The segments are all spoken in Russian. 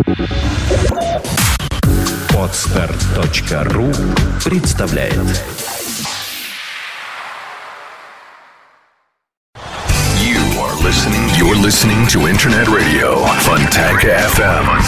Podster.ru представляет. You're listening to Internet Radio Fontanka FM.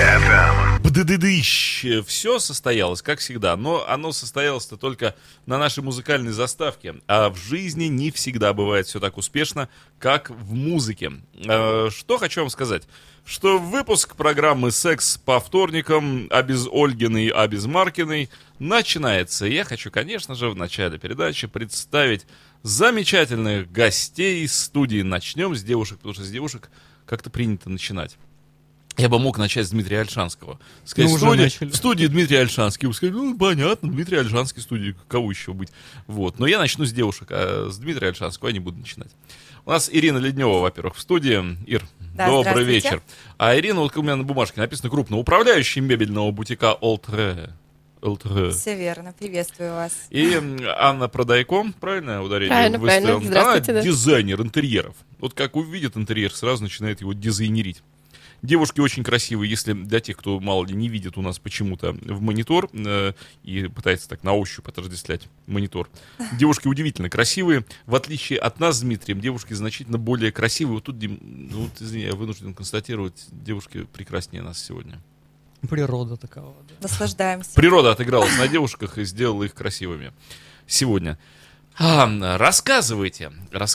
Бдыдыдыщ. Все состоялось, как всегда, но оно состоялось-то только на нашей музыкальной заставке. А в жизни не всегда бывает все так успешно, как в музыке. Что хочу вам сказать? Что выпуск программы «Секс по вторникам» обезольгенный, обезмаркиной начинается. И я хочу, конечно же, в начале передачи представить замечательных гостей из студии. Начнем с девушек, потому что с девушек как-то принято начинать. Я бы мог начать с Дмитрия Ольшанского. Сказать, в студии Дмитрий Ольшанский. Сказать, понятно, Дмитрий Ольшанский в студии, кого еще быть. Вот. Но я начну с девушек, а с Дмитрия Ольшанского я не буду начинать. У нас Ирина Леднева, во-первых, в студии. Ир, да, добрый вечер. А Ирина, вот у меня на бумажке написано крупно, управляющий мебельного бутика Олтре. Все верно, приветствую вас. И Анна Продайко, правильное ударение? Правильно, здравствуйте. Она дизайнер интерьеров. Вот как увидит интерьер, сразу начинает его дизайнерить. Девушки очень красивые, если для тех, кто, мало ли, не видит у нас почему-то в монитор и пытается так на ощупь отождествлять монитор. Девушки удивительно красивые. В отличие от нас с Дмитрием, девушки значительно более красивые. Вот тут, извини, я вынужден констатировать, девушки прекраснее нас сегодня. Природа такова. Да. Наслаждаемся. Природа отыгралась на девушках и сделала их красивыми сегодня. Рассказывайте,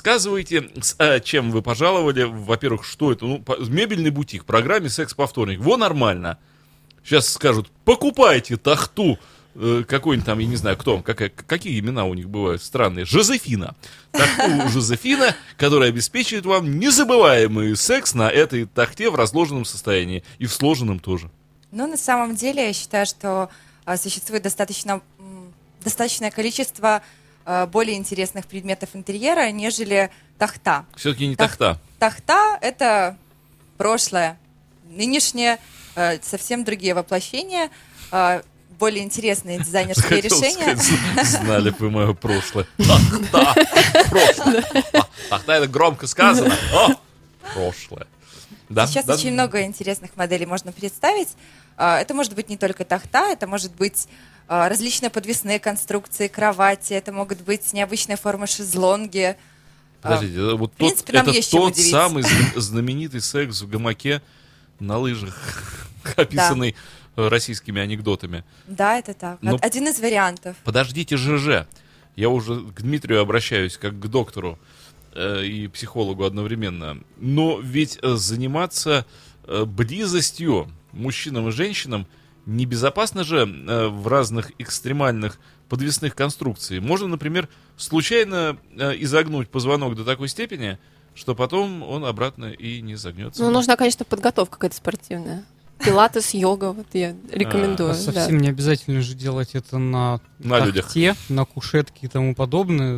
с чем вы пожаловали. Во-первых, что это? Мебельный бутик в программе «Секс по вторник». Во, нормально. Сейчас скажут, покупайте тахту. Какой-нибудь там, я не знаю, кто, какие имена у них бывают странные. Жозефина. Тахту Жозефина, которая обеспечивает вам незабываемый секс на этой тахте в разложенном состоянии. И в сложенном тоже. Ну, на самом деле, я считаю, что существует достаточное количество более интересных предметов интерьера, нежели тахта. Все-таки не тахта. Тахта — это прошлое. Нынешнее совсем другие воплощения, более интересные дизайнерские решения. Знали бы мое прошлое. Тахта. Прошлое. Тахта — это громко сказано. Прошлое. Сейчас очень много интересных моделей можно представить. Это может быть не только тахта, это может быть различные подвесные конструкции, кровати, это могут быть необычные формы шезлонги. Подождите, вот в принципе, это тот самый знаменитый секс в гамаке на лыжах, описанный российскими анекдотами. Да, это так. Один из вариантов. Подождите, ЖЖ. Я уже к Дмитрию обращаюсь, как к доктору и психологу одновременно. Но ведь заниматься близостью мужчинам и женщинам небезопасно же в разных экстремальных подвесных конструкциях. Можно, например, случайно изогнуть позвонок до такой степени, что потом он обратно и не загнется. Ну, нужна, конечно, подготовка какая-то спортивная. Пилатес, йога, вот я рекомендую. Совсем не обязательно же делать это на тахте, на кушетке и тому подобное.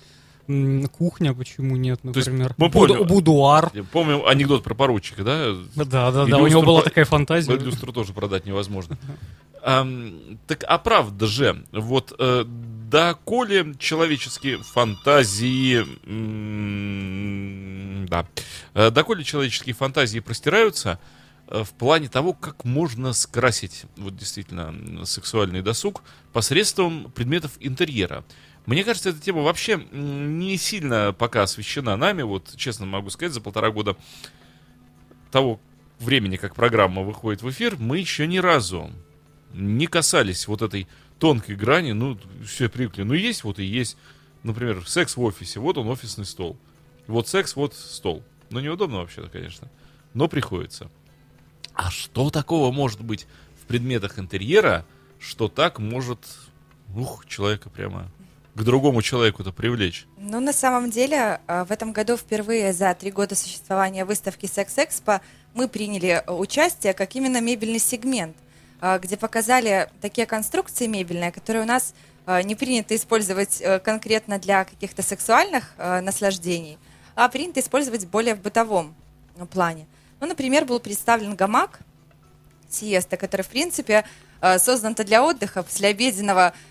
Кухня, почему нет, например. Будуар. Помню анекдот про поручика, да? Да, у него была такая фантазия. Люстру тоже продать невозможно. Так, а правда же, вот доколе человеческие фантазии... доколе человеческие фантазии простираются в плане того, как можно скрасить вот действительно сексуальный досуг посредством предметов интерьера. Мне кажется, эта тема вообще не сильно пока освещена нами. Вот, честно могу сказать, за 1,5 года того времени, как программа выходит в эфир, мы еще ни разу не касались вот этой тонкой грани. Ну, все привыкли. Ну, есть, вот и есть. Например, секс в офисе. Вот он, офисный стол. Вот секс, вот стол. Ну, неудобно вообще-то, конечно. Но приходится. А что такого может быть в предметах интерьера, что так может, человека прямо... к другому человеку-то привлечь? Ну, на самом деле, в этом году впервые за 3 года существования выставки «Секс-Экспо» мы приняли участие как именно мебельный сегмент, где показали такие конструкции мебельные, которые у нас не принято использовать конкретно для каких-то сексуальных наслаждений, а принято использовать более в бытовом плане. Ну, например, был представлен гамак «Сиеста», который, в принципе, создан для отдыха, послеобеденного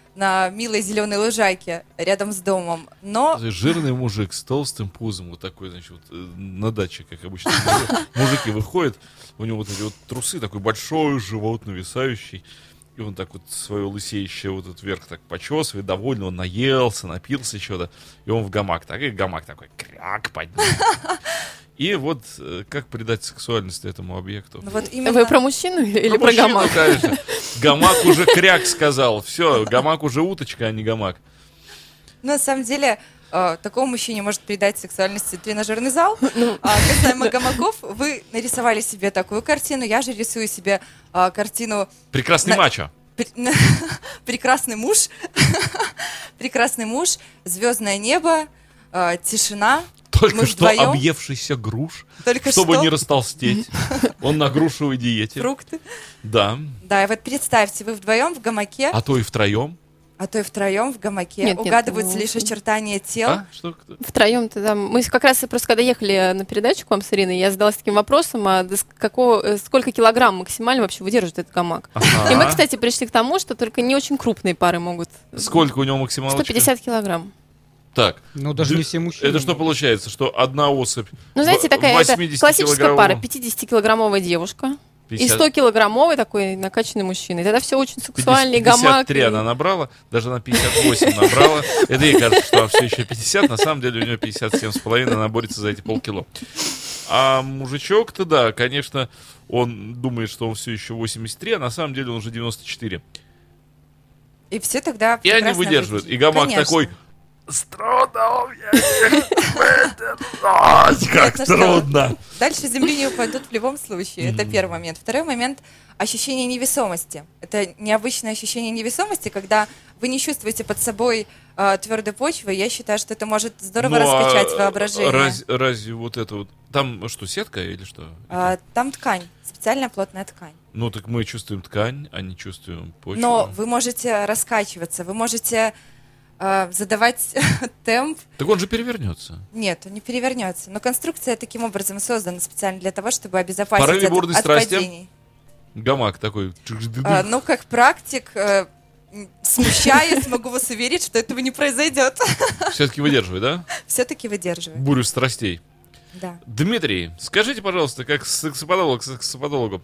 на милой зеленой лужайке рядом с домом. Но жирный мужик с толстым пузом, вот такой, значит, вот, на даче, как обычно, мужики выходят, у него вот эти вот трусы, такой большой живот нависающий, и он так вот свое лысеющее вот этот вверх так почесывает, довольно, он наелся, напился что-то, и он в гамак, так, и гамак такой, кряк, поднял. И вот как придать сексуальность этому объекту? Ну, вот именно... Вы про мужчину или про мужчину, гамак? Конечно. Гамак уже кряк сказал. Все, гамак уже уточка, а не гамак. На самом деле, такому мужчине может придать сексуальность тренажерный зал. Касаемо гамаков, вы нарисовали себе такую картину, я же рисую себе картину... Прекрасный мачо. Прекрасный муж. Прекрасный муж, звездное небо, тишина. Только что объевшийся груш, чтобы не растолстеть. Он на грушевой диете. Фрукты. Да. Да, и вот представьте, вы вдвоем в гамаке. А то и втроем. В гамаке. Угадываются лишь очертания тел. Что? Втроем-то, да. Мы как раз просто когда ехали на передачу к вам с Ириной, я задалась таким вопросом, сколько килограмм максимально вообще выдерживает этот гамак. И мы, кстати, пришли к тому, что только не очень крупные пары могут. Сколько у него максималочка? 150 килограмм. Так. Ну, даже не все мужчины. Это что получается, что одна особь, ну, знаете, такая это классическая пара, 50-килограммовая девушка 50... и 100-килограммовый такой накачанный мужчина. И тогда все очень сексуальный, 50, гамак. 53 она набрала, даже на 58 набрала. Это ей кажется, что она все еще 50, на самом деле у нее 57,5, она борется за эти полкило. А мужичок-то, да, конечно, он думает, что он все еще 83, а на самом деле он уже 94. И все тогда... И они выдерживают. И гамак конечно. Такой... С трудом как трудно. Дальше земли не упадут в любом случае. Это первый момент. Второй момент — ощущение невесомости. Это необычное ощущение невесомости, когда вы не чувствуете под собой твердой почвы. Я считаю, что это может здорово раскачать воображение. Разве вот это вот... Там что, сетка или что? Там ткань, специальная плотная ткань. Ну так мы чувствуем ткань, а не чувствуем почву. Но вы можете раскачиваться, вы можете... задавать темп. Так он же перевернется. Нет, он не перевернется. Но конструкция таким образом создана специально для того, чтобы обезопасить от падений. Гамак такой. Ну, как практик, смущаясь, могу вас уверить, что этого не произойдет. Все-таки выдерживает, да? Все-таки выдерживает. Бурю страстей. Да. Дмитрий, скажите, пожалуйста, как сексопатолог,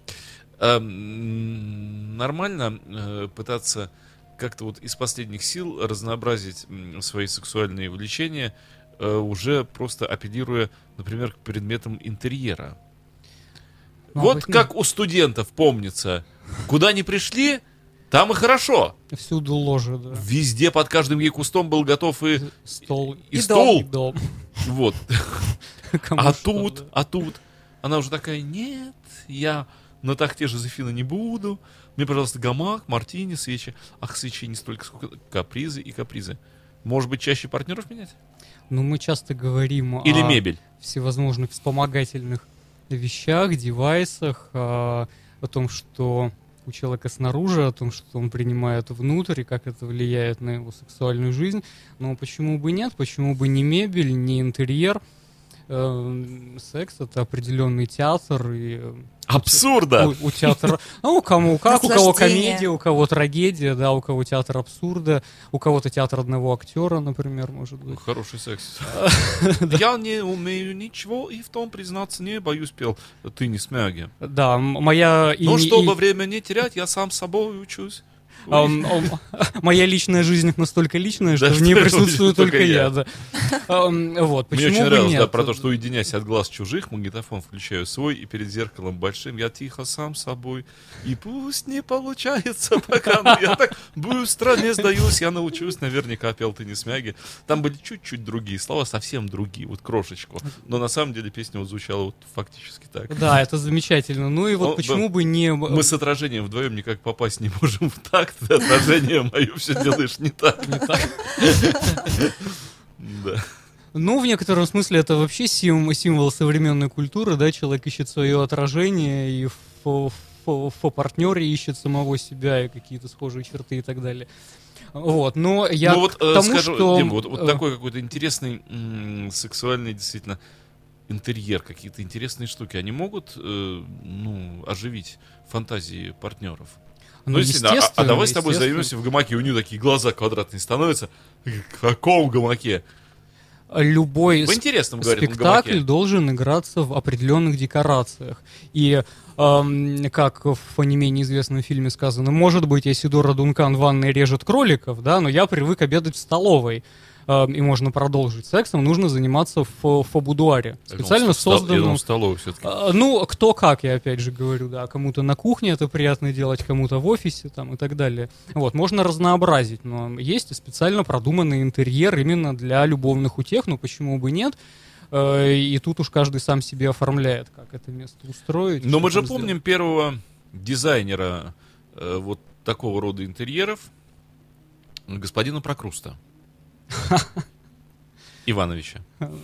нормально пытаться как-то вот из последних сил разнообразить свои сексуальные влечения, уже просто апеллируя, например, к предметам интерьера. Вот как у студентов помнится, куда ни пришли, там и хорошо. Всюду ложа, да. Везде под каждым ей кустом был готов и стол. И стол. И дом. Вот. А тут она уже такая: нет, я на тахте Жозефина не буду. Мне, пожалуйста, гамак, мартини, свечи. Ах, свечи не столько, сколько капризы и капризы. Может быть, чаще партнеров менять? Ну, мы часто говорим или мебель. Всевозможных вспомогательных вещах, девайсах, о том, что у человека снаружи, о том, что он принимает внутрь, и как это влияет на его сексуальную жизнь. Но почему бы нет? Почему бы не мебель, не интерьер? Секс — это определенный театр и... Абсурда! У театра... Ну, кому как, у кого комедия, у кого трагедия, да, у кого театр абсурда, у кого-то театр одного актера, например, может быть. Хороший секс. Я не умею ничего и в том признаться не боюсь, пел ты не смяги. Да, моя... Но чтобы время не терять, я сам собой учусь. Моя личная жизнь настолько личная, что в ней присутствую только я. Вот, мне очень нравилось, да, про то, что уединяясь от глаз чужих, магнитофон включаю свой, и перед зеркалом большим я тихо сам собой. И пусть не получается пока, но я так быстро не сдаюсь, я научусь, наверняка пел ты не смяги. Там были чуть-чуть другие слова, совсем другие, вот крошечку. Но на самом деле песня вот звучала вот фактически так. Да, это замечательно. Ну и вот почему бы не... Мы с отражением вдвоем никак попасть не можем в такт. Ты отражение мое все делаешь не так. Не так. Да. Ну, в некотором смысле это вообще символ современной культуры, да, человек ищет свое отражение, и в партнере ищет самого себя, и какие-то схожие черты и так далее. Вот, но я вот, к тому, скажу, что... Дим, вот такой какой-то интересный, сексуальный, действительно, интерьер, какие-то интересные штуки, они могут, оживить фантазии партнеров? Ну, естественно, а давай с тобой естественно. займемся в гамаке. У нее такие глаза квадратные становятся. В каком гамаке? Любой В интересном, говорит, спектакль гамаке. должен играться в определенных декорациях. И, как в не менее известном фильме сказано, может быть, Исидора Дункан в ванной режет кроликов, да, но я привык обедать в столовой. И можно продолжить сексом, нужно заниматься в будуаре. Специально созданном... в столовой все-таки. Ну, кто как, я опять же говорю, да. Кому-то на кухне это приятно делать, кому-то в офисе там и так далее. Вот, можно разнообразить, но есть и специально продуманный интерьер именно для любовных утех, ну почему бы нет. И тут уж каждый сам себе оформляет, как это место устроить. Но мы что же там помним первого дизайнера вот такого рода интерьеров, господина Прокруста. Ивановича.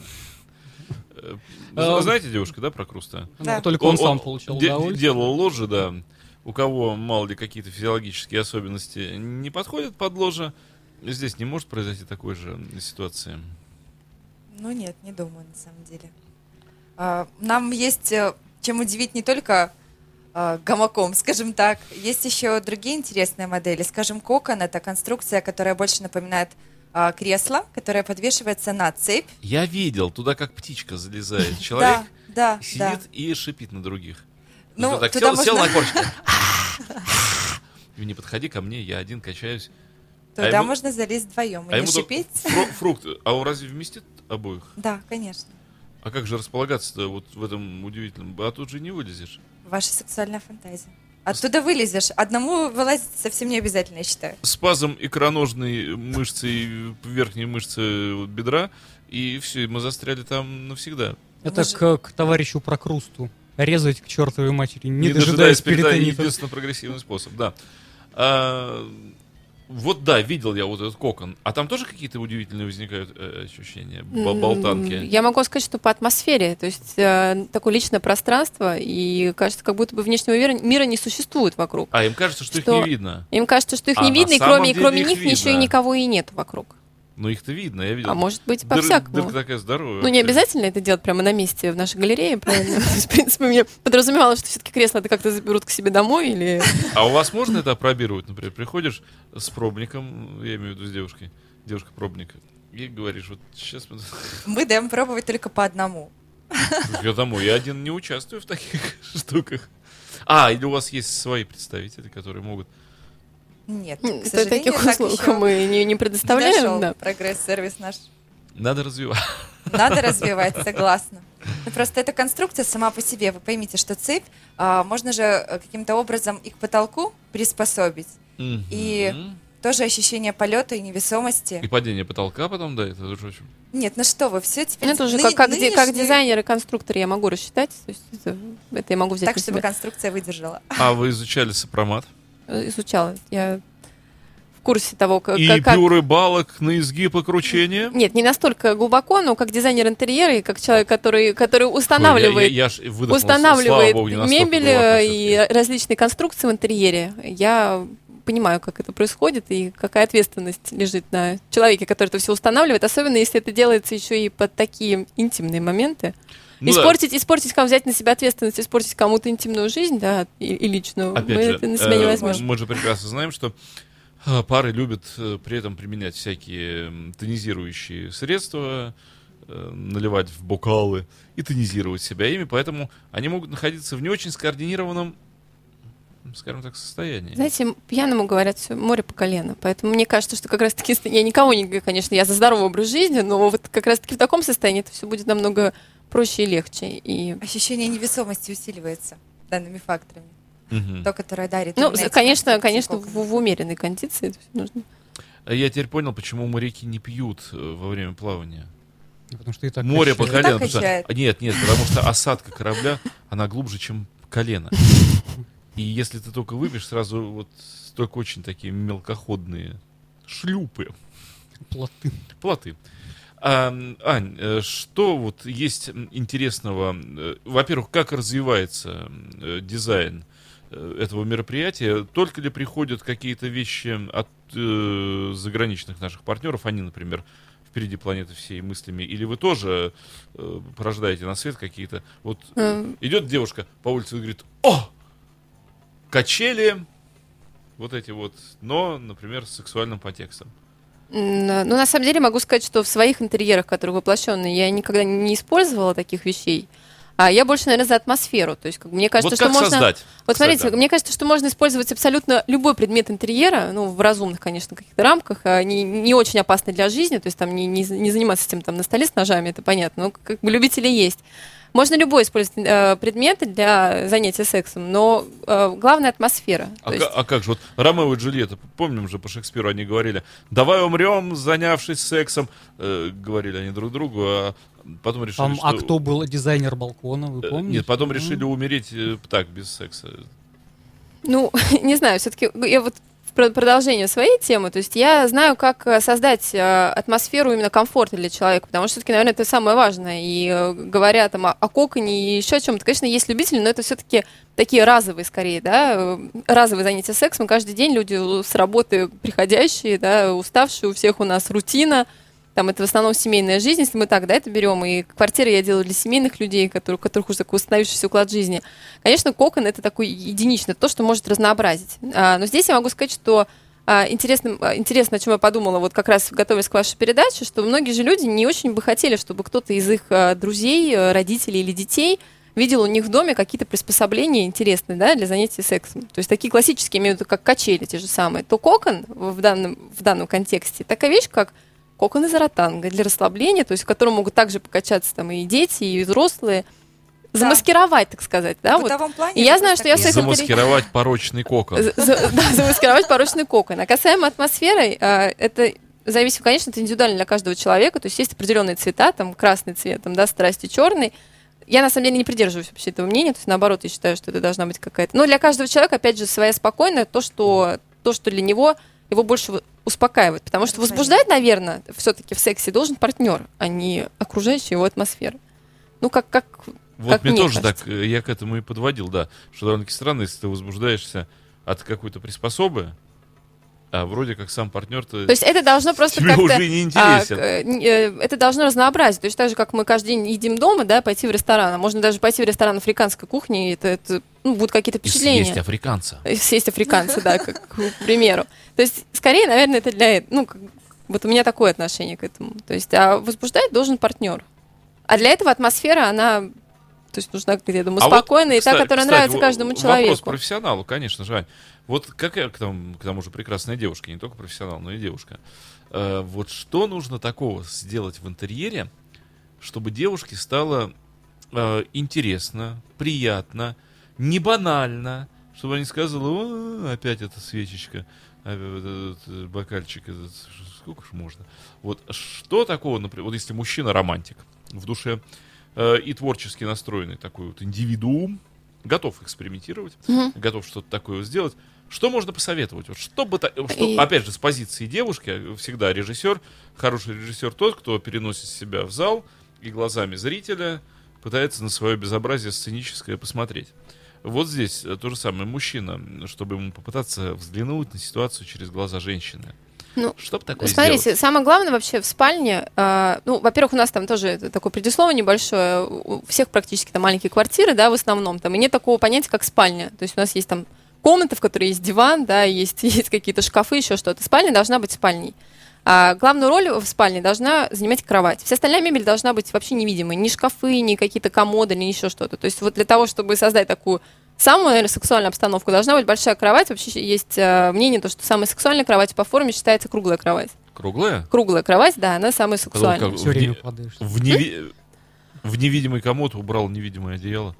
Знаете девушка, да, Прокруста? сделать. Да. Ну, только он сам получал удовольствие. Делал ложи, да. У кого, мало ли, какие-то физиологические особенности не подходят под ложе, здесь не может произойти такой же ситуации. Ну нет, не думаю, на самом деле. Нам есть чем удивить не только гамаком, скажем так. Есть еще другие интересные модели. Скажем, кокон — это конструкция, которая больше напоминает кресло, которое подвешивается на цепь. Я видел, туда как птичка залезает человек, Да, сидит да. и шипит на других. Ну, Вот так туда сел можно- на корочке. Не подходи ко мне, я один качаюсь. Туда ему- можно залезть вдвоем и А не ему только шипеть. фрукт. А он разве вместит обоих? Да, конечно. А как же располагаться-то вот в этом удивительном? А тут же не вылезешь. Ваша сексуальная фантазия. Оттуда вылезешь. Одному вылазить совсем не обязательно, я считаю. Спазм икроножной мышцы и верхней мышцы вот бедра, и все, мы застряли там навсегда. Это к товарищу Прокрусту. Резать к чертовой матери, не дожидаясь дожидаясь перитонита, перитонитов. единственно прогрессивный способ, да. Вот да, видел я вот этот кокон. А там тоже какие-то удивительные возникают ощущения, болтанки? Я могу сказать, что по атмосфере, то есть такое личное пространство, и кажется, как будто бы внешнего мира не существует вокруг. А им кажется, что их Что- не видно. Им кажется, что их А не на видно, и самом кроме деле их них еще и видно. никого и нет вокруг. Но их-то видно, я видел. А может быть, Дыр- по-всякому. Дырка такая здоровая. Ну, не вообще. обязательно это делать прямо на месте в нашей галерее, правильно? То есть, в принципе, мне подразумевалось, что все-таки кресло это как-то заберут к себе домой или... А у вас можно это опробировать, например? Приходишь с пробником, я имею в виду с девушкой, девушка-пробник, и говоришь, вот сейчас Мы даем пробовать только по одному. я домой, я один не участвую в таких штуках. А, или у вас есть свои представители, которые могут... Нет, к До сожалению, таких так услуг еще мы не не предоставляем. дошел Да. прогресс-сервис наш. Надо развивать. Надо развивать, согласна. Ну, просто эта конструкция сама по себе, вы поймите, что цепь, можно же каким-то образом и к потолку приспособить. И тоже ощущение полета и невесомости. И падение потолка потом, да, это тоже очень... Нет, ну что вы, все теперь... Ну, это уже как дизайнер и конструктор я могу рассчитать. То есть это я могу взять Так, на чтобы себя. конструкция выдержала. А вы изучали сопромат? Изучала. Я в курсе того, как... И пюры балок на изгиб и кручение? Нет, не настолько глубоко, но как дизайнер интерьера и как человек, который устанавливает, Я аж выдохнул, слава устанавливает богу, не настолько мебель глубоко и всё-таки. различные конструкции в интерьере, я понимаю, как это происходит и какая ответственность лежит на человеке, который это все устанавливает, особенно если это делается еще и под такие интимные моменты. Ну да. Испортить, кому взять на себя ответственность, испортить кому-то интимную жизнь, да, и личную, Опять мы же, это на себя не возьмем. мы же прекрасно знаем, что пары любят при этом применять всякие тонизирующие средства, наливать в бокалы и тонизировать себя ими, поэтому они могут находиться в не очень скоординированном, скажем так, состоянии. Знаете, пьяному говорят все море по колено. Поэтому мне кажется, что как раз-таки, я никого не говорю, конечно, я за здоровый образ жизни, но вот как раз-таки в таком состоянии это все будет намного проще и легче. И... Ощущение невесомости усиливается данными факторами. Мгм. То, которое дарит. Ну, именно эти конечно, конструкции в кокона. умеренной кондиции это всё нужно. Я теперь понял, почему моряки не пьют во время плавания. Потому что и так Море по качает. колено. так потому что- качает. Нет, потому что осадка корабля, она глубже, чем колено. И если ты только выпьешь, сразу вот только очень такие мелкоходные шлюпы, плоты. Ань, что вот есть интересного? Во-первых, как развивается дизайн этого мероприятия? Только ли приходят какие-то вещи от заграничных наших партнеров, они, например, впереди планеты всей мыслями, или вы тоже порождаете на свет какие-то? Вот идет девушка по улице и говорит: о, качели, вот эти вот, но, например, с сексуальным подтекстом. Ну, на самом деле могу сказать, что в своих интерьерах, которые воплощенные, я никогда не использовала таких вещей. А я больше, наверное, за атмосферу. То есть, мне кажется, Вот как что можно... создать? Вот смотрите, Кстати, да. мне кажется, что можно использовать абсолютно любой предмет интерьера, ну, в разумных, конечно, каких-то рамках, не очень опасный для жизни, то есть там не заниматься этим там на столе с ножами, это понятно, но как бы любители есть. Можно любой использовать предмет для занятия сексом, но главная атмосфера. А как же, вот Ромео и Джульетта, помним же по Шекспиру, они говорили, давай умрем, занявшись сексом, говорили они друг другу, а потом решили, что... А кто был дизайнер балкона, вы помните? Нет, потом решили умереть так, без секса. Ну, не знаю, все-таки я вот в продолжение своей темы, то есть я знаю, как создать атмосферу именно комфорта для человека, потому что все-таки, наверное, это самое важное. И говоря там о коконе и еще о чем-то, конечно, есть любители, но это все-таки такие разовые, скорее, да, разовые занятия сексом. Каждый день люди с работы приходящие, да, уставшие, у всех у нас рутина. Там это в основном семейная жизнь, если мы так, да, это берем. И квартиры я делаю для семейных людей, у которых уже такой установившийся уклад жизни. Конечно, кокон — это такой единичный, то, что может разнообразить. Но здесь я могу сказать, что интересно, о чем я подумала, вот как раз готовясь к вашей передаче, что многие же люди не очень бы хотели, чтобы кто-то из их друзей, родителей или детей видел у них в доме какие-то приспособления интересные, да, для занятия сексом. То есть такие классические, имею в виду, как качели те же самые. То кокон в данном контексте такая вещь, как кокон из ротанга для расслабления, то есть в котором могут также покачаться там и дети, и взрослые, замаскировать, так сказать, да, В бытовом плане И я знаю, что я с этим Замаскировать порочный кокон. замаскировать порочный кокон. А касаемо атмосферы, это зависит, конечно, это индивидуально для каждого человека, то есть есть определенные цвета, там красный цвет, там, да, страсти черный. Я на самом деле не придерживаюсь вообще этого мнения, то есть наоборот, я считаю, что это должна быть какая-то. Но для каждого человека, опять же, своя спокойная, то, что для него его больше успокаивает. Потому что возбуждать, наверное, все-таки в сексе должен партнер, а не окружающая его атмосфера. Ну, как Вот мне тоже кажется. так, я к этому и подводил, да, что довольно-таки странно, если ты возбуждаешься от какой-то приспособы, а вроде как сам партнер-то... То есть это должно просто тебе как-то... уже не интересен. Это должно разнообразить. То есть так же, как мы каждый день едим дома, да, пойти в ресторан. А можно даже пойти в ресторан африканской кухни, и это будут какие-то И впечатления. съесть африканца. Съесть африканца, да, как к примеру. То есть, скорее, наверное, это для этого. Вот у меня такое отношение к этому. То есть, а возбуждать должен партнер. А для этого атмосфера, она, то есть, нужна, я думаю, спокойная, и та, которая нравится каждому человеку. Вопрос профессионалу, конечно, Жань. Вот какая, к тому же, прекрасная девушка, не только профессионал, но и девушка. Вот что нужно такого сделать в интерьере, чтобы девушке стало интересно, приятно, не банально, чтобы она не сказала, опять эта свечечка, этот бокальчик, сколько ж можно. Вот что такого, например, вот если мужчина романтик в душе и творчески настроенный такой вот индивидуум, готов экспериментировать, готов что-то такое сделать, что можно посоветовать? Вот опять же, с позиции девушки, всегда режиссер, хороший режиссер тот, кто переносит себя в зал и глазами зрителя пытается на свое безобразие сценическое посмотреть. Вот здесь то же самое. Мужчина, чтобы ему попытаться взглянуть на ситуацию через глаза женщины. Что бы такое Смотрите, сделать? самое главное вообще в спальне, во-первых, у нас там тоже такое предисловие небольшое, у всех практически там маленькие квартиры, да, в основном, там, и нет такого понятия, как спальня. То есть у нас есть там комната, в которой есть диван, да, есть какие-то шкафы, еще что-то. Спальня должна быть спальней. А главную роль в спальне должна занимать кровать. Вся остальная мебель должна быть вообще невидимой. Ни шкафы, ни какие-то комоды, ни еще что-то. То есть вот для того, чтобы создать такую самую, наверное, сексуальную обстановку, должна быть большая кровать. Вообще есть мнение, что самая сексуальная кровать по форме считается круглая кровать. Круглая? Круглая кровать, да, она самая сексуальная. Все время падаешь. В невидимый комод убрал невидимое одеяло.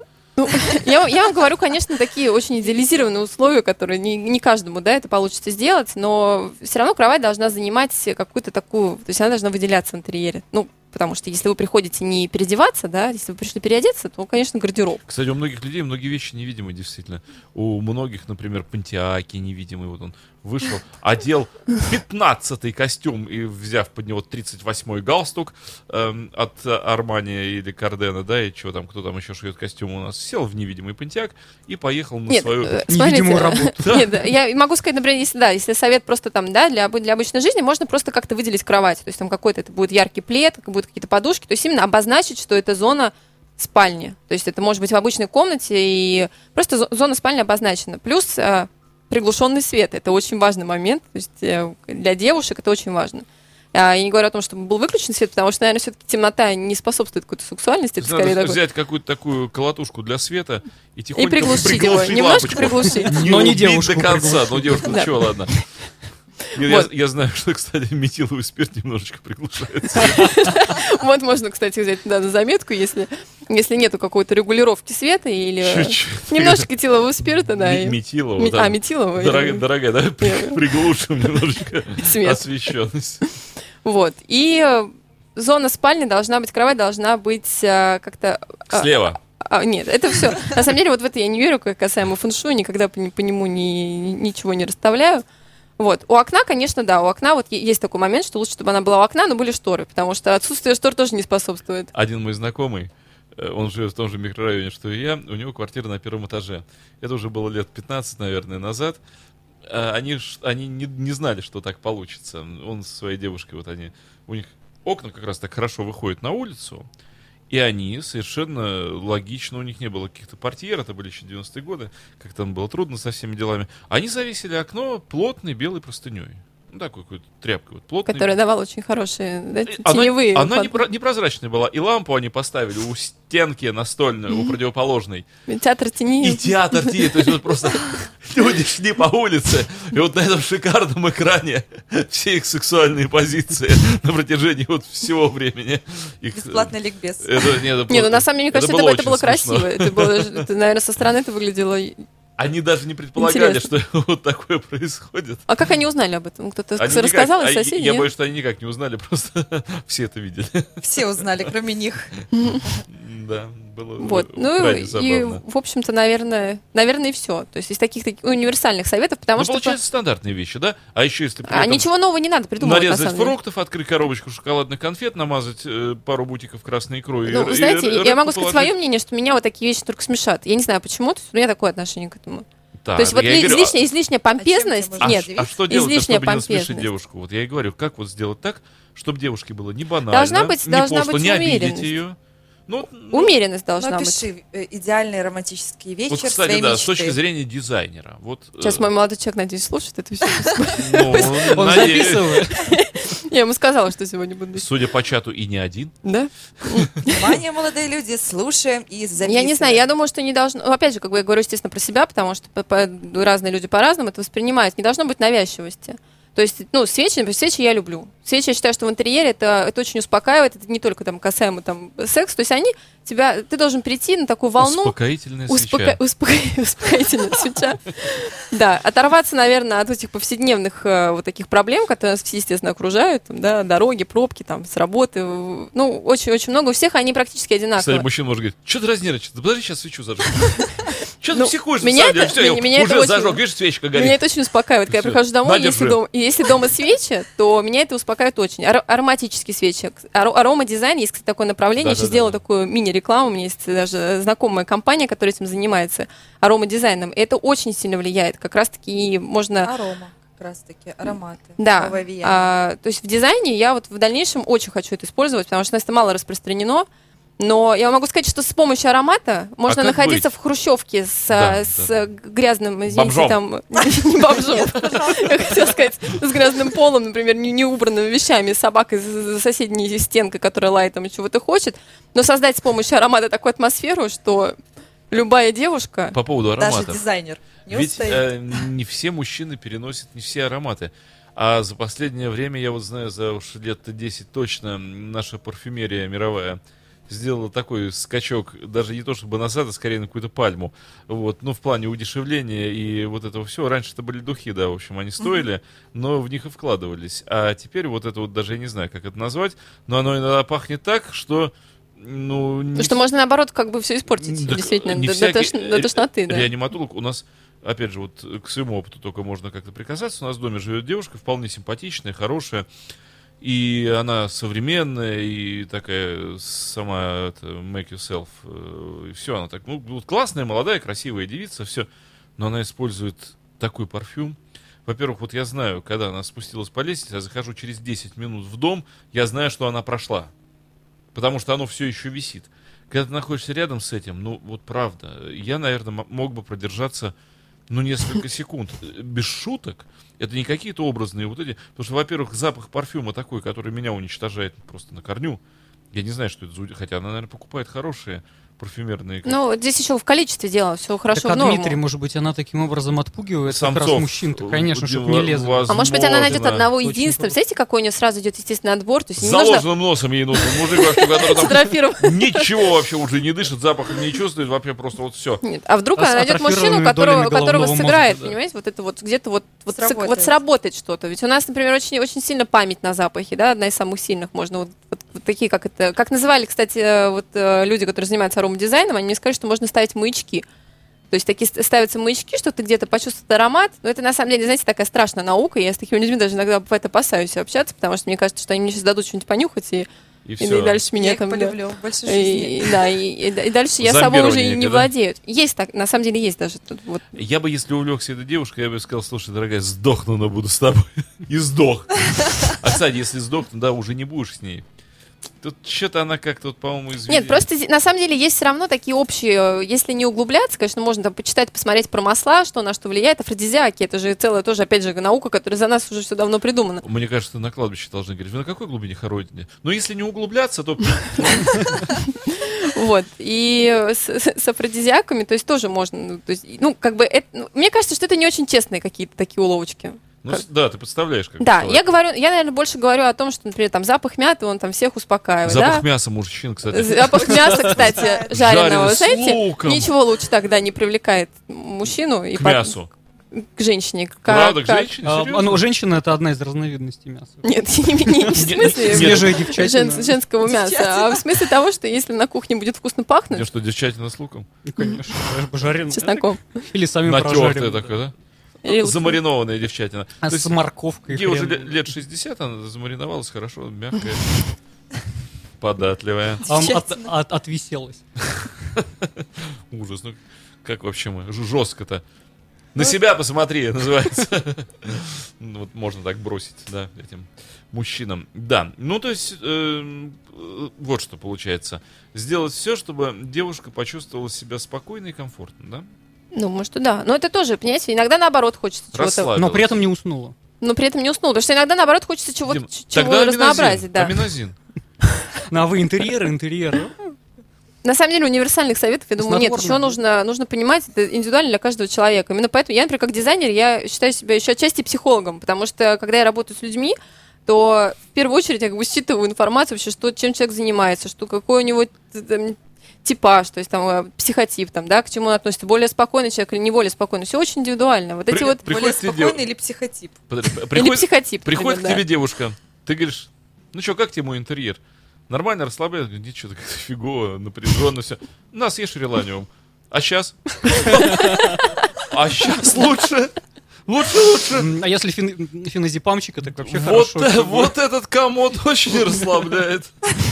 Я вам говорю, конечно, такие очень идеализированные условия, которые не каждому, да, это получится сделать, но все равно кровать должна занимать какую-то такую, то есть она должна выделяться в интерьере. Потому что если вы приходите не переодеваться, да, если вы пришли переодеться, то, конечно, гардероб. Кстати, у многих людей многие вещи невидимые, действительно. У многих, например, Пантиаки невидимый. Вот он вышел, одел 15-й костюм и, взяв под него 38-й галстук от Армани или Кардена, да, и кто там еще шьет костюм у нас, сел в невидимый Пантиак и поехал на свою... невидимую работу. Нет, я могу сказать, например, если совет просто там, да, для обычной жизни, можно просто как-то выделить кровать. То есть там какой-то это будет яркий плед, будут какие-то подушки. То есть именно обозначить, что это зона спальни. То есть это может быть в обычной комнате, и просто зона спальни обозначена. Плюс приглушенный свет. Это очень важный момент. То есть для девушек это очень важно. Я не говорю о том, чтобы был выключен свет, потому что, наверное, все-таки темнота не способствует какой-то сексуальности. Это скорее Надо такой... взять какую-то такую колотушку для света и тихонько приглушить его. Немножко приглушить. Но не убить девушку до конца. Ну, девушку, ну Да. чего, ладно. Вот. Я знаю, что, кстати, метиловый спирт немножечко приглушается. Вот можно, кстати, взять на заметку, если нету какой-то регулировки света или Чуть-чуть. немножечко этилового спирта, да. и- Метилового, да. метилового. Дорогая, давай Нет. приглушим немножечко Свет. освещенность. Вот. И зона спальни должна быть, кровать должна быть как-то... Слева. Нет, это все. На самом деле, вот в это я не верю, как касаемо фэншуй, никогда по нему ничего не расставляю. Вот. У окна, конечно, да, у окна вот есть такой момент, что лучше, чтобы она была у окна, но были шторы, потому что отсутствие штор тоже не способствует. Один мой знакомый, он живет в том же микрорайоне, что и я, у него квартира на первом этаже. Это уже было лет 15, наверное, назад. Они не знали, что так получится. Он со своей девушкой, у них окна как раз так хорошо выходят на улицу, и они совершенно логично, у них не было каких-то портьер, это были еще 90-е годы, как там было трудно со всеми делами. Они завесили окно плотной белой простыней. Ну, такой какой-то тряпкой, вот плотной. Которая давала очень хорошие, да, теневые... Она непрозрачная была. И лампу они поставили у стенки настольной, у противоположной. Театр тени. И театр тени. То есть вот просто люди шли по улице, и вот на этом шикарном экране все их сексуальные позиции на протяжении вот всего времени. Бесплатный ликбез. Не, ну на самом деле, мне кажется, это было очень красиво. смешно. Это, наверное, со стороны это выглядело... Они даже не предполагали, Интересно. что вот такое происходит. А как они узнали об этом? Кто-то Они рассказал никак- из соседей? Я нет? боюсь, что они никак не узнали, просто все это видели. Все узнали, кроме них. Да, было Вот. Ну крайне и, забавно. в общем-то, наверное, и все. То есть из таких универсальных советов, потому Ну, что получается, стандартные вещи, да? А еще если при этом ничего нового не надо придумывать, на нарезать самом деле. фруктов, открыть коробочку шоколадных конфет, намазать пару бутиков красной икрой. Ну, и знаете, я рыбку могу сказать положить. свое мнение, что меня вот такие вещи только смешат. Я не знаю почему, то есть у меня такое отношение к этому. Да, То есть вот я и говорю, излишняя помпезность, можно нет, а что делать, излишняя чтобы не насмешить помпезность. девушку? Вот я и говорю, как вот сделать так, чтобы девушке было не банально, Должна быть не пошло, не обидеть умеренность. ее. Ну, Умеренность Ну, должна быть. опиши идеальный романтический вечер вот, кстати, своей да, мечты. с точки зрения дизайнера. Вот, Сейчас мой молодой человек, надеюсь, слушает это все. Он надеюсь, записывает. Я ему сказала, что сегодня буду. судя по чату, и не один. Да? Внимание, молодые люди, слушаем и записываем. Я не знаю, я думаю, что не должно... Ну, опять же, как бы я говорю, естественно, про себя, потому что разные люди по-разному это воспринимают. Не должно быть навязчивости. То есть, ну, свечи я люблю. Свечи, я считаю, что в интерьере это очень успокаивает. Это не только там касаемо там секса. То есть ты должен прийти на такую волну. Успокоительная свеча. Успокоительная свеча. Да, оторваться, наверное, от этих повседневных вот таких проблем, которые нас, естественно, окружают. Там, да, дороги, пробки, там, с работы. Ну, очень-очень много. У всех они практически Кстати, одинаковые. мужчина может говорить, что ты разнервничаешься? Да подожди, сейчас свечу зажгу. Что ты Ну, психуешь? меня это- Все, я меня это уже очень- зажег, видишь, свечка горит. Меня это очень успокаивает, когда я Всё. прихожу домой, На, держи. если дома свечи, то меня это успокаивает очень. Ароматические свечи. Аромадизайн, есть, кстати, такое направление. Я сейчас Да-да-да. сделала такую мини-рекламу, у меня есть даже знакомая компания, которая этим занимается, аромадизайном. И это очень сильно влияет. Как раз-таки можно... Арома, как раз-таки, ароматы. Да, Новое влияние. то есть в дизайне я вот в дальнейшем очень хочу это использовать, потому что у нас это мало распространено. Но я могу сказать, что с помощью аромата можно как находиться быть? в хрущевке Да, с грязным, извините, Бомжом. там, не бомжом, я хотела сказать, с грязным полом, например, неубранными вещами, собакой за соседней стенкой, которая лает там чего-то хочет, но создать с помощью аромата такую атмосферу, что любая девушка... По поводу Даже ароматов. дизайнер не Ведь устоит. не все мужчины переносят не все ароматы. А за последнее время, я вот знаю, за уж лет 10 точно, наша парфюмерия мировая сделала такой скачок, даже не то чтобы назад, а скорее на какую-то пальму. Вот, ну, в плане удешевления и вот этого всего. Раньше это были духи, да, в общем, они стоили, но в них и вкладывались. А теперь вот это вот даже я не знаю, как это назвать, но оно иногда пахнет так, что... Ну, не Что можно, наоборот, как бы все испортить, так действительно, не до всякий тошноты, да. реаниматолог у нас, опять же, вот к своему опыту только можно как-то прикасаться. У нас в доме живет девушка, вполне симпатичная, хорошая. И она современная, и такая сама это, make yourself. И все, она так, ну, вот классная, молодая, красивая девица, все. Но она использует такой парфюм. Во-первых, вот я знаю, когда она спустилась по лестнице, я захожу через 10 минут в дом, я знаю, что она прошла. Потому что оно все еще висит. Когда ты находишься рядом с этим, ну, вот правда, я, наверное, мог бы продержаться несколько секунд. Без шуток. Это не какие-то образные вот эти. Потому что, во-первых, запах парфюма такой, который меня уничтожает просто на корню. Я не знаю, что это за... Хотя она, наверное, покупает хорошие парфюмерные. Ну, здесь еще в количестве дела, все хорошо. Так, Дмитрий, может быть, она таким образом отпугивает как раз мужчин-то, конечно, чтобы не лезли. А может быть, она найдет одного единственного. Знаете, какой у нее сразу идет естественный отбор? То есть с заложенным носом ей нужен мужик, который там ничего вообще уже не дышит, запаха не чувствует, вообще просто вот все. Нет, а вдруг она найдет мужчину, которого сыграет, понимаете, вот это вот где-то вот сработает что-то. Ведь у нас, например, очень сильно память на запахи, да, одна из самых сильных. Можно вот такие, как называли, кстати, вот люди, которые занимаются аромадизайном, они мне сказали, что можно ставить маячки. То есть такие ставятся маячки, что ты где-то почувствуешь аромат. Но это, на самом деле, знаете, такая страшная наука. Я с такими людьми даже иногда бывает опасаюсь общаться, потому что мне кажется, что они мне сейчас дадут что-нибудь понюхать, и дальше меня я там... их полюблю в большой жизни. И дальше я собой уже не владею. Есть так, на самом деле есть даже тут вот. Я бы, если увлекся этой девушкой, я бы сказал, слушай, дорогая, сдохну, но буду с тобой. И сдох. А, кстати, если сдохну, да, уже не будешь с ней. Тут что-то она как-то, вот, по-моему, извиняется. Нет, просто на самом деле есть все равно такие общие, если не углубляться, конечно, можно там почитать, посмотреть про масла, что на что влияет, афродизиаки, это же целая тоже, опять же, наука, которая за нас уже все давно придумана. Мне кажется, на кладбище должны говорить, вы на какой глубине хороните? Но если не углубляться, то... Вот, и с афродизиаками, то есть тоже можно, ну, как бы, мне кажется, что это не очень честные какие-то такие уловочки. Ну, да, ты представляешь, как да, я, наверное, больше говорю о том, что, например, там запах мяты, он там всех успокаивает. Запах мяса мужчин, кстати. Запах мяса, кстати, жареного, знаете, ничего лучше тогда не привлекает мужчину. К мясу. К женщине. Правда, к женщине? Ну, женщина — это одна из разновидностей мяса. Нет, не в смысле свежая девчатина. Женского мяса, а в смысле того, что если на кухне будет вкусно пахнуть... Я что, девчатина с луком? Конечно, пожаренная. Чесноком. Или сами натертая такая, да? Замаринованная девчатина. А с морковкой. Ей уже лет 60, она замариновалась хорошо, мягкая, податливая. Отвиселась. Ужас, ну как вообще мы, жестко-то. На себя посмотри, называется. Вот можно так бросить, да, этим мужчинам. Да, ну то есть, вот что получается. Сделать все, чтобы девушка почувствовала себя спокойно и комфортно, да? Ну, может, да. Но это тоже, понимаете, иногда наоборот хочется чего-то. Но при этом не уснула. Потому что иногда наоборот хочется чего-то разнообразить. Да. Аминозин. Ну, а вы интерьер. На самом деле универсальных советов, я думаю, нет. Еще нужно понимать, это индивидуально для каждого человека. Именно поэтому я, например, как дизайнер, я считаю себя еще отчасти психологом, потому что, когда я работаю с людьми, то в первую очередь я как бы считываю информацию вообще, чем человек занимается, что какой у него типаж, то есть там психотип, там, да, к чему он относится, более спокойный человек или не более спокойный, все очень индивидуально. Вот эти вот более спокойный или психотип? Или психотип. Приходит к тебе девушка, ты говоришь, ну что, как тебе мой интерьер? Нормально, расслабляет, говорит, что-то как-то фигово, напряженно все. На, съешь реланиум. А сейчас? А сейчас лучше. Лучше. А если феназепамчика, так вообще хорошо. Вот этот комод очень расслабляет.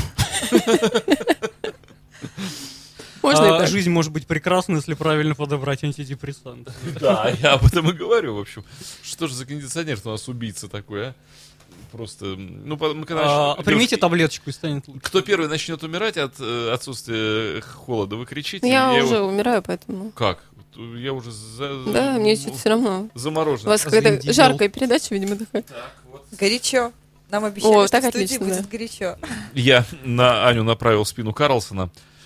Жизнь может быть прекрасна, если правильно подобрать антидепрессанты. Да, я об этом и говорю, в общем. Что же за кондиционер у нас убийца такой, а? Просто, ну, мы когда... Примите таблеточку и станет лучше. Кто первый начнет умирать от отсутствия холода, вы кричите. Я уже умираю, поэтому... Как? Я уже Да, мне все равно. Заморожен. У вас какая-то жаркая передача, видимо, такая. Так, вот. Горячо. Нам обещали, что в студии будет горячо. Я на Аню направил спину Карлсона.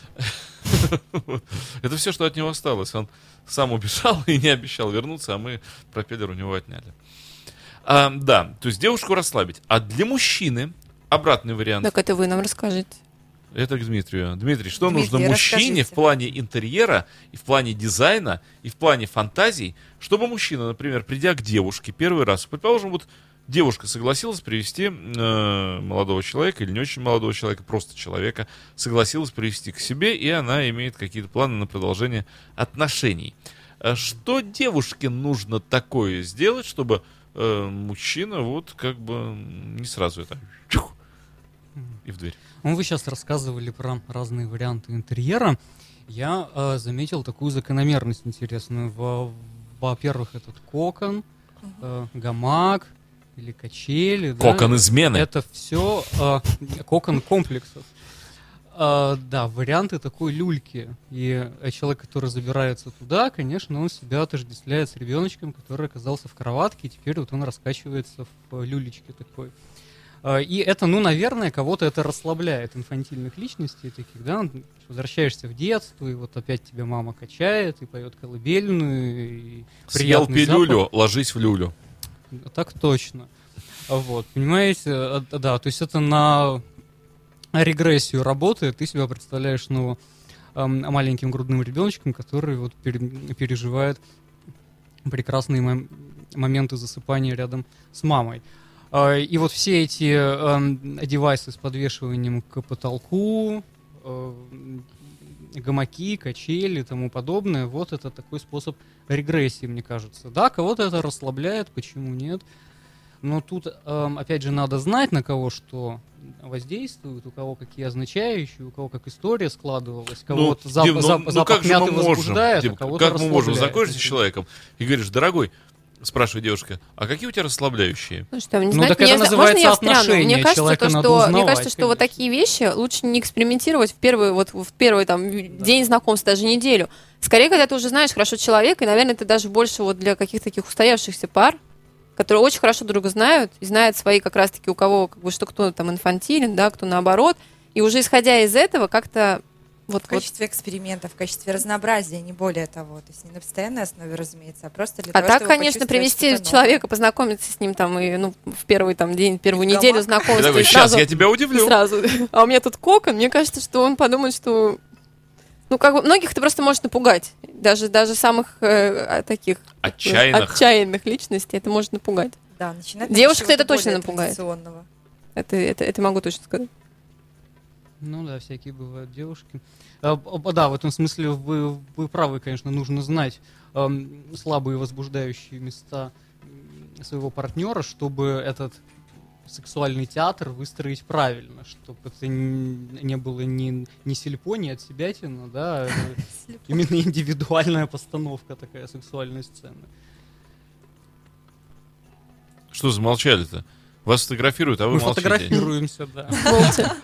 Это все, что от него осталось. Он сам убежал и не обещал вернуться, а мы пропеллер у него отняли. Да, то есть девушку расслабить. А для мужчины обратный вариант. Так это вы нам расскажете. Это к Дмитрию. Дмитрий, что нужно мужчине в плане интерьера, и в плане дизайна, и в плане фантазий, чтобы мужчина, например, придя к девушке первый раз, предположим, вот девушка согласилась привести молодого человека или не очень молодого человека, просто человека, согласилась привести к себе, и она имеет какие-то планы на продолжение отношений. Что девушке нужно такое сделать, чтобы мужчина вот как бы не сразу это и в дверь? Ну, вы сейчас рассказывали про разные варианты интерьера. Я заметил такую закономерность интересную. Во-первых, этот кокон, гамак или качели. Кокон измены. Это все кокон комплексов. Да, варианты такой люльки. И человек, который забирается туда, конечно, он себя отождествляет с ребеночком, который оказался в кроватке, и теперь вот он раскачивается в люлечке такой. И это, наверное, кого-то это расслабляет, инфантильных личностей таких, да, возвращаешься в детство, и вот опять тебя мама качает, и поет колыбельную, и Съел приятный пилюлю, запах. ложись в люлю. Так точно. Вот, понимаете, да, то есть это на регрессию работает, ты себя представляешь, маленьким грудным ребеночком, который вот переживает прекрасные моменты засыпания рядом с мамой. И вот все эти девайсы с подвешиванием к потолку, гамаки, качели и тому подобное, вот это такой способ регрессии, мне кажется. Да, кого-то это расслабляет, почему нет? Но тут, опять же, надо знать, на кого что воздействует, у кого какие означающие, у кого как история складывалась, кого-то запах мяты возбуждает, Дим, а кого-то как мы можем расслабляет. закончить с человеком и говоришь: дорогой, спрашивает девушка, а какие у тебя расслабляющие? Ну что, не Ну, знаю, так это называется можно я встряну? отношения, Мне кажется, человека надо мне узнавать, кажется, что вот конечно. такие вещи лучше не экспериментировать в первый там день знакомства, даже неделю. Скорее, когда ты уже знаешь хорошо человека, и, наверное, это даже больше вот для каких-то таких устоявшихся пар, которые очень хорошо друг друга знают, и знают свои как раз-таки у кого, как бы, что кто там инфантилен, да, кто наоборот, и уже исходя из этого как-то В качестве эксперимента, в качестве разнообразия, не более того. То есть не на постоянной основе, разумеется, а просто для А того, так, чтобы конечно, почувствовать привести что-то новое. человека, познакомиться с ним там и, в первый там день, первую И в неделю гамак. знакомства. Такой, и сейчас сразу- я тебя и удивлю. сразу. А у меня тут кокон, мне кажется, что он подумает, что... многих это просто может напугать. Даже самых таких отчаянных личностей это может напугать. Да, начинать Девушек-то надо с это чего-то точно более напугает. традиционного. Это могу точно сказать. Ну да, всякие бывают девушки. Да, в этом смысле вы правы, конечно, нужно знать слабые возбуждающие места своего партнера, чтобы этот сексуальный театр выстроить правильно, чтобы это не было ни сельпо, ни отсебятина, да, именно индивидуальная постановка такая сексуальной сцены. Что замолчали-то? Вас фотографируют, а вы Мы молчите. фотографируемся, да. Молча.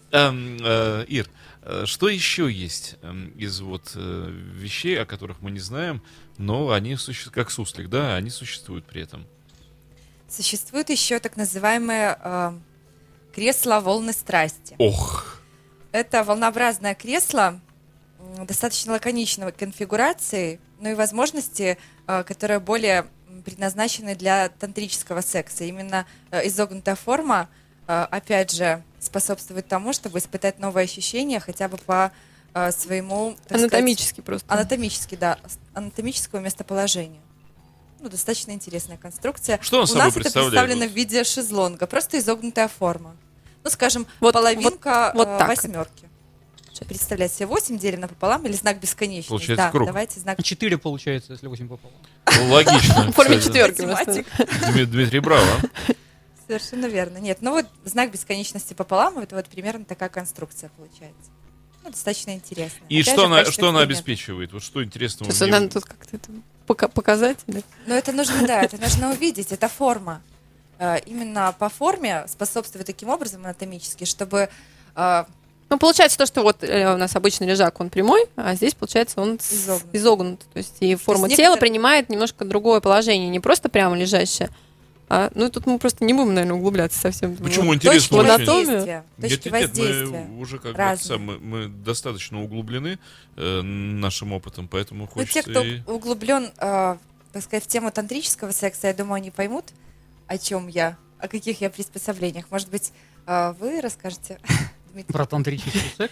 Ир, что еще есть из вещей, о которых мы не знаем, но они как суслик, да, они существуют при этом? Существует еще так называемое кресло волны страсти. Ох! Это волнообразное кресло достаточно лаконичной конфигурации, но и возможности, которые более предназначены для тантрического секса. Именно изогнутая форма, опять же, способствует тому, чтобы испытать новые ощущения хотя бы по своему... Анатомически просто. Анатомически, да. Анатомического местоположения. Достаточно интересная конструкция. Что он У собой нас это представляет? представлено в виде шезлонга. Просто изогнутая форма. Скажем, Вот половинка вот так. восьмерки. Представляете себе 8 делим напополам или знак бесконечности? Получается да, круг. давайте знак... 4 получается, если 8 пополам. Ну, логично. В форме кстати. четверки. Математик. Дмитрий, браво. Совершенно верно. Нет, знак бесконечности пополам, это примерно такая конструкция получается. Достаточно интересно. И Опять что же, в она качестве эксперимента. обеспечивает? Вот что интересного? Сейчас надо тут как-то это показать. Да? Но это нужно увидеть, это форма. Именно по форме способствует таким образом анатомически, чтобы... Получается то, что у нас обычный лежак, он прямой, а здесь, получается, он изогнут. То есть и форма тела принимает немножко другое положение, не просто прямо лежащее. Тут мы просто не будем, наверное, углубляться совсем. Почему Точки интересно? очень? воздействия. Точки Нет, воздействия. мы уже как разные. бы мы достаточно углублены нашим опытом, поэтому хочется... Те, кто углублен, так сказать, в тему тантрического секса, я думаю, они поймут, о чем я, о каких я приспособлениях. Может быть, вы расскажете, Дмитрий? Про тантрический секс?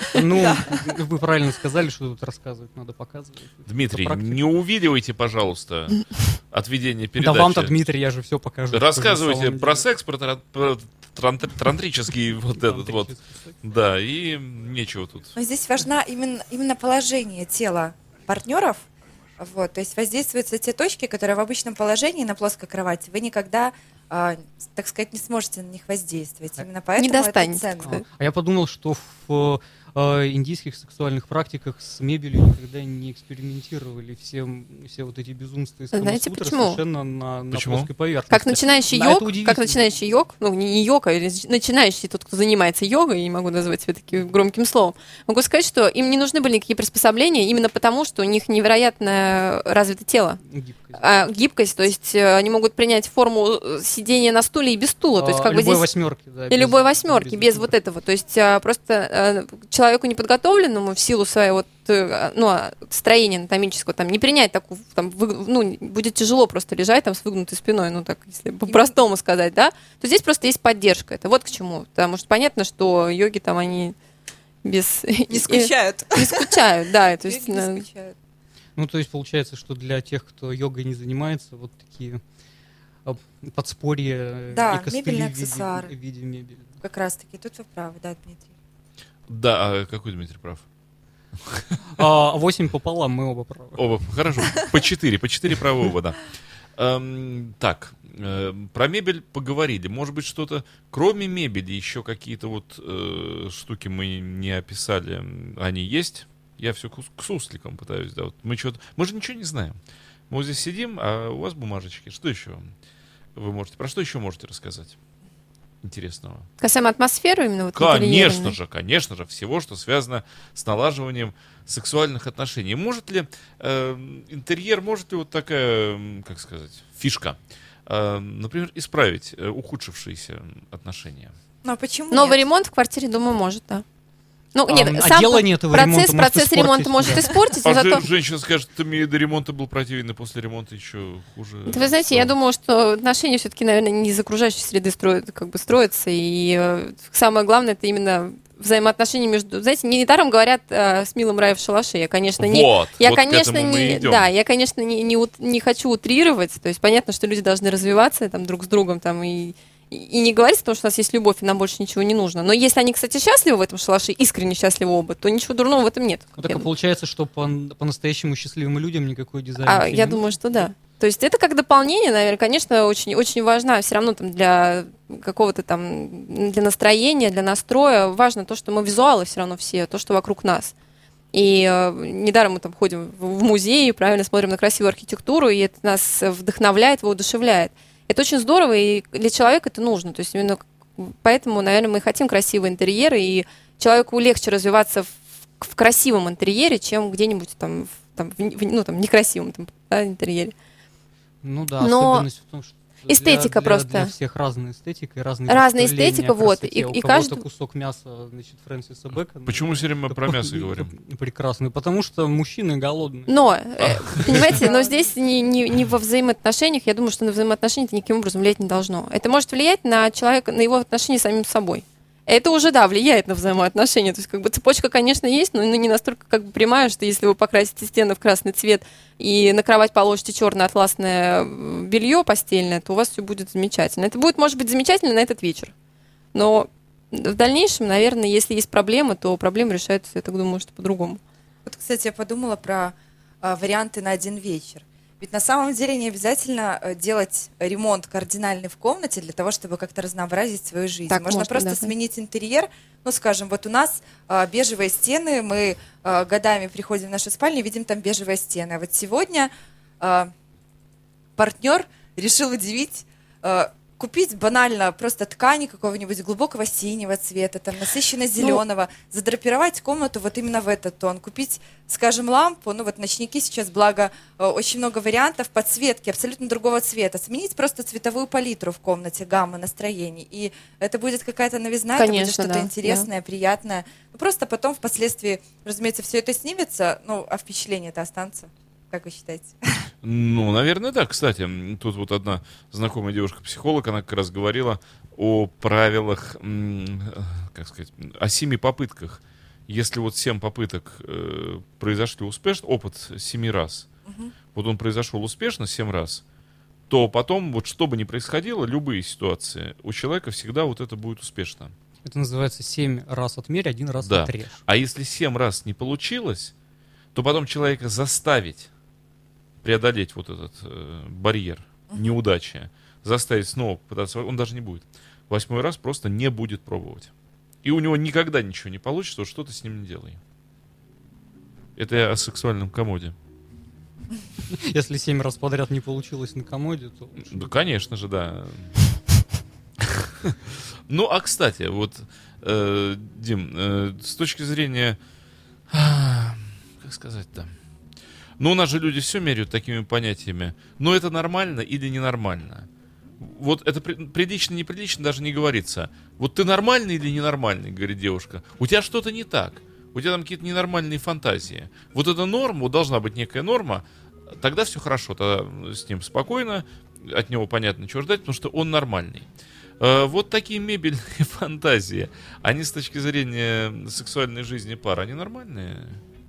Вы правильно сказали, что тут рассказывать надо, показывать. Дмитрий, не увиливайте, пожалуйста, от ведения передачи. Да вам-то, Дмитрий, я же все покажу. Рассказывайте про секс, про тантрический этот вот. Да, и нечего тут. Но здесь важно именно положение тела партнеров. То есть воздействуются те точки, которые в обычном положении на плоской кровати вы никогда, так сказать, не сможете на них воздействовать. Именно поэтому Не достанете. это ценно. А я подумал, что в индийских сексуальных практиках с мебелью никогда не экспериментировали. Все вот эти безумства из Знаете, Камасутры почему? совершенно на плоской поверхности. Как начинающий Да, это йог, удивительно. ну не йог, а начинающий тот, кто занимается йогой, я не могу назвать себя таким громким словом, могу сказать, что им не нужны были никакие приспособления именно потому, что у них невероятно развито тело. Гибкость, то есть они могут принять форму сидения на стуле и без стула. То есть, как бы любой здесь... восьмерки, да. И любой восьмерки, без вот этого. То есть просто человеку неподготовленному в силу своего строения анатомического там, не принять такую, там, будет тяжело просто лежать там с выгнутой спиной, ну так, если по-простому сказать, да, то здесь просто есть поддержка. Это вот к чему. Потому что понятно, что йоги там, они Не скучают. Не скучают, да. То есть, Не скучают. Ну, то есть получается, что для тех, кто йогой не занимается, вот такие подспорья Да, и костыли мебельные в виде- аксессуары. в виде мебели. Как раз-таки. Тут вы правы, да, Дмитрий. Да, а какой Дмитрий прав? 8 пополам, мы оба правы. Оба, хорошо. По 4 правы оба, да. Так, про мебель поговорили. Может быть, что-то, кроме мебели, еще какие-то вот штуки мы не описали, они есть? Я все к сусликам пытаюсь, да. Вот мы же ничего не знаем. Мы вот здесь сидим, а у вас бумажечки. Что еще вы можете, про что еще можете рассказать интересного? Касаемо атмосферы именно вот Конечно же, всего, что связано с налаживанием сексуальных отношений. Может ли интерьер, может ли вот такая, как сказать, фишка, например, исправить ухудшившиеся отношения? Ну, а почему Новый нет? ремонт в квартире, думаю, может, да. Ну, нет, А сам делание этого ремонта может процесс ремонта испортить, может да. испортить, но А зато... женщина скажет, что мне до ремонта был противен, и после ремонта еще хуже. Да вы знаете, я думаю, что отношения все-таки, наверное, не из окружающей среды строятся, и самое главное, это именно взаимоотношения между... Знаете, недаром говорят с милым рай в шалаше. Я, конечно, не... Вот, я, вот к конечно, этому мы и не... идем. Да, я, конечно, не хочу утрировать. То есть понятно, что люди должны развиваться там, друг с другом там, и не говорить о том, что у нас есть любовь, и нам больше ничего не нужно. Но если они, кстати, счастливы в этом шалаше, искренне счастливы оба, то ничего дурного в этом нет. Ну, так и получается, что по-настоящему счастливым людям никакой дизайн не Я нужен. думаю, что да. То есть это как дополнение, наверное, конечно, очень, очень важна все равно там для какого-то там, для настроения, для настроя. Важно то, что мы визуалы все равно все, то, что вокруг нас. И недаром мы там ходим в музей, правильно смотрим на красивую архитектуру, и это нас вдохновляет, воодушевляет. Это очень здорово, и для человека это нужно. То есть именно поэтому, наверное, мы хотим красивые интерьеры, и человеку легче развиваться в красивом интерьере, чем где-нибудь там, там некрасивом там, да, интерьере. Ну да, Но особенность в том, что эстетика просто. Для всех разная эстетика и разные Разная представления эстетика, о вот, красоте. и У кого-то каждый- кусок мяса, значит, Фрэнсиса Бэкона. Почему все время про мясо говорим? Прекрасно. Потому что мужчины голодные. Но, понимаете, но здесь не во взаимоотношениях, я думаю, что на взаимоотношения это никаким образом влиять не должно. Это может влиять на человека, на его отношения с самим собой. Это уже, да, влияет на взаимоотношения. То есть, как бы цепочка, конечно, есть, но не настолько как бы прямая, что если вы покрасите стены в красный цвет и на кровать положите черное атласное белье постельное, то у вас все будет замечательно. Это будет, может быть, замечательно на этот вечер. Но в дальнейшем, наверное, если есть проблемы, то проблемы решаются, я так думаю, что по-другому. Вот, кстати, я подумала про варианты на один вечер. Ведь на самом деле не обязательно делать ремонт кардинальный в комнате для того, чтобы как-то разнообразить свою жизнь. Так Можно можно, просто да. сменить интерьер. Ну, скажем, вот у нас бежевые стены, мы годами приходим в нашу спальню и видим там бежевые стены. А вот сегодня партнер решил удивить, купить банально просто ткани какого-нибудь глубокого синего цвета, там насыщенно-зеленого, задрапировать комнату вот именно в этот тон, купить, скажем, лампу, ну вот ночники сейчас, благо, очень много вариантов подсветки абсолютно другого цвета, сменить просто цветовую палитру в комнате, гамма настроений, и это будет какая-то новизна, Конечно, это будет что-то да, интересное, приятное. Ну, просто потом впоследствии, разумеется, все это снимется, ну, а впечатление-то останется. Как вы считаете? Ну, наверное, да. Кстати, тут вот одна знакомая девушка-психолог, она как раз говорила о правилах, как сказать, о 7 попытках. Если вот 7 попыток произошли успешно, опыт 7 раз, вот он произошел успешно 7 раз, то потом, вот что бы ни происходило, любые ситуации, у человека всегда вот это будет успешно. Это называется 7 раз отмерь, 1 раз Да. отрежь. А если 7 раз не получилось, то потом человека заставить преодолеть вот этот барьер неудачи, заставить снова пытаться, он даже не будет. 8-й раз просто не будет пробовать. и у него никогда ничего не получится, вот что ты с ним не делай. Это я о сексуальном комоде. Если 7 раз подряд не получилось на комоде, то... Да, конечно же, да. Ну, а кстати, вот, Дим, с точки зрения, как сказать-то, ну, у нас же люди все меряют такими понятиями, но это нормально или ненормально? Вот это прилично, неприлично даже не говорится. Вот ты нормальный или ненормальный, говорит девушка, у тебя что-то не так, у тебя там какие-то ненормальные фантазии. Вот эта норма, вот должна быть некая норма, тогда все хорошо, тогда с ним спокойно, от него понятно, чего ждать, потому что он нормальный. Вот такие мебельные фантазии, они с точки зрения сексуальной жизни пары, они нормальные?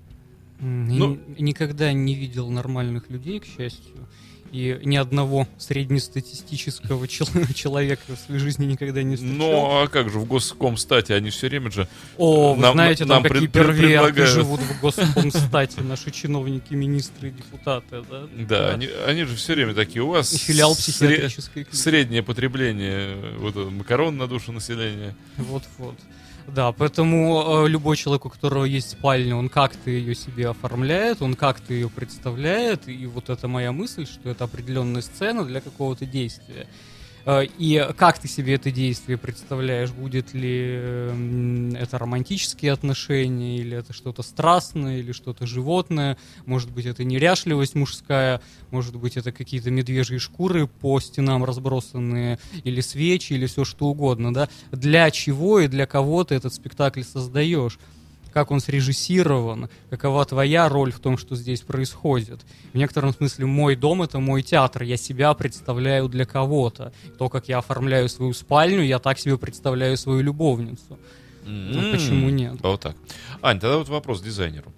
Никогда не видел нормальных людей, к счастью. И ни одного среднестатистического человека в своей жизни никогда не встречал. Ну, а как же, в Госкомстате они все время же... О, вы знаете, там какие перверты предлагают... живут в Госкомстате, наши чиновники, министры, депутаты, да? Да, они же все время такие, у вас филиал психиатрической клиники. Среднее потребление вот, макарон на душу населения. Вот-вот. Да, поэтому любой человек, у которого есть спальня, он как-то ее себе оформляет, он как-то ее представляет, и вот это моя мысль, что это определенная сцена для какого-то действия. И как ты себе это действие представляешь? Будет ли это романтические отношения, или это что-то страстное, или что-то животное? Может быть, это неряшливость мужская, может быть, это какие-то медвежьи шкуры по стенам разбросанные, или свечи, или все что угодно, да? Для чего и для кого ты этот спектакль создаешь? Как он срежиссирован, какова твоя роль в том, что здесь происходит. В некотором смысле мой дом — это мой театр, я себя представляю для кого-то. То, как я оформляю свою спальню, я так себе представляю свою любовницу. Ну, почему нет? Вот так. Ань, тогда вот вопрос дизайнеру.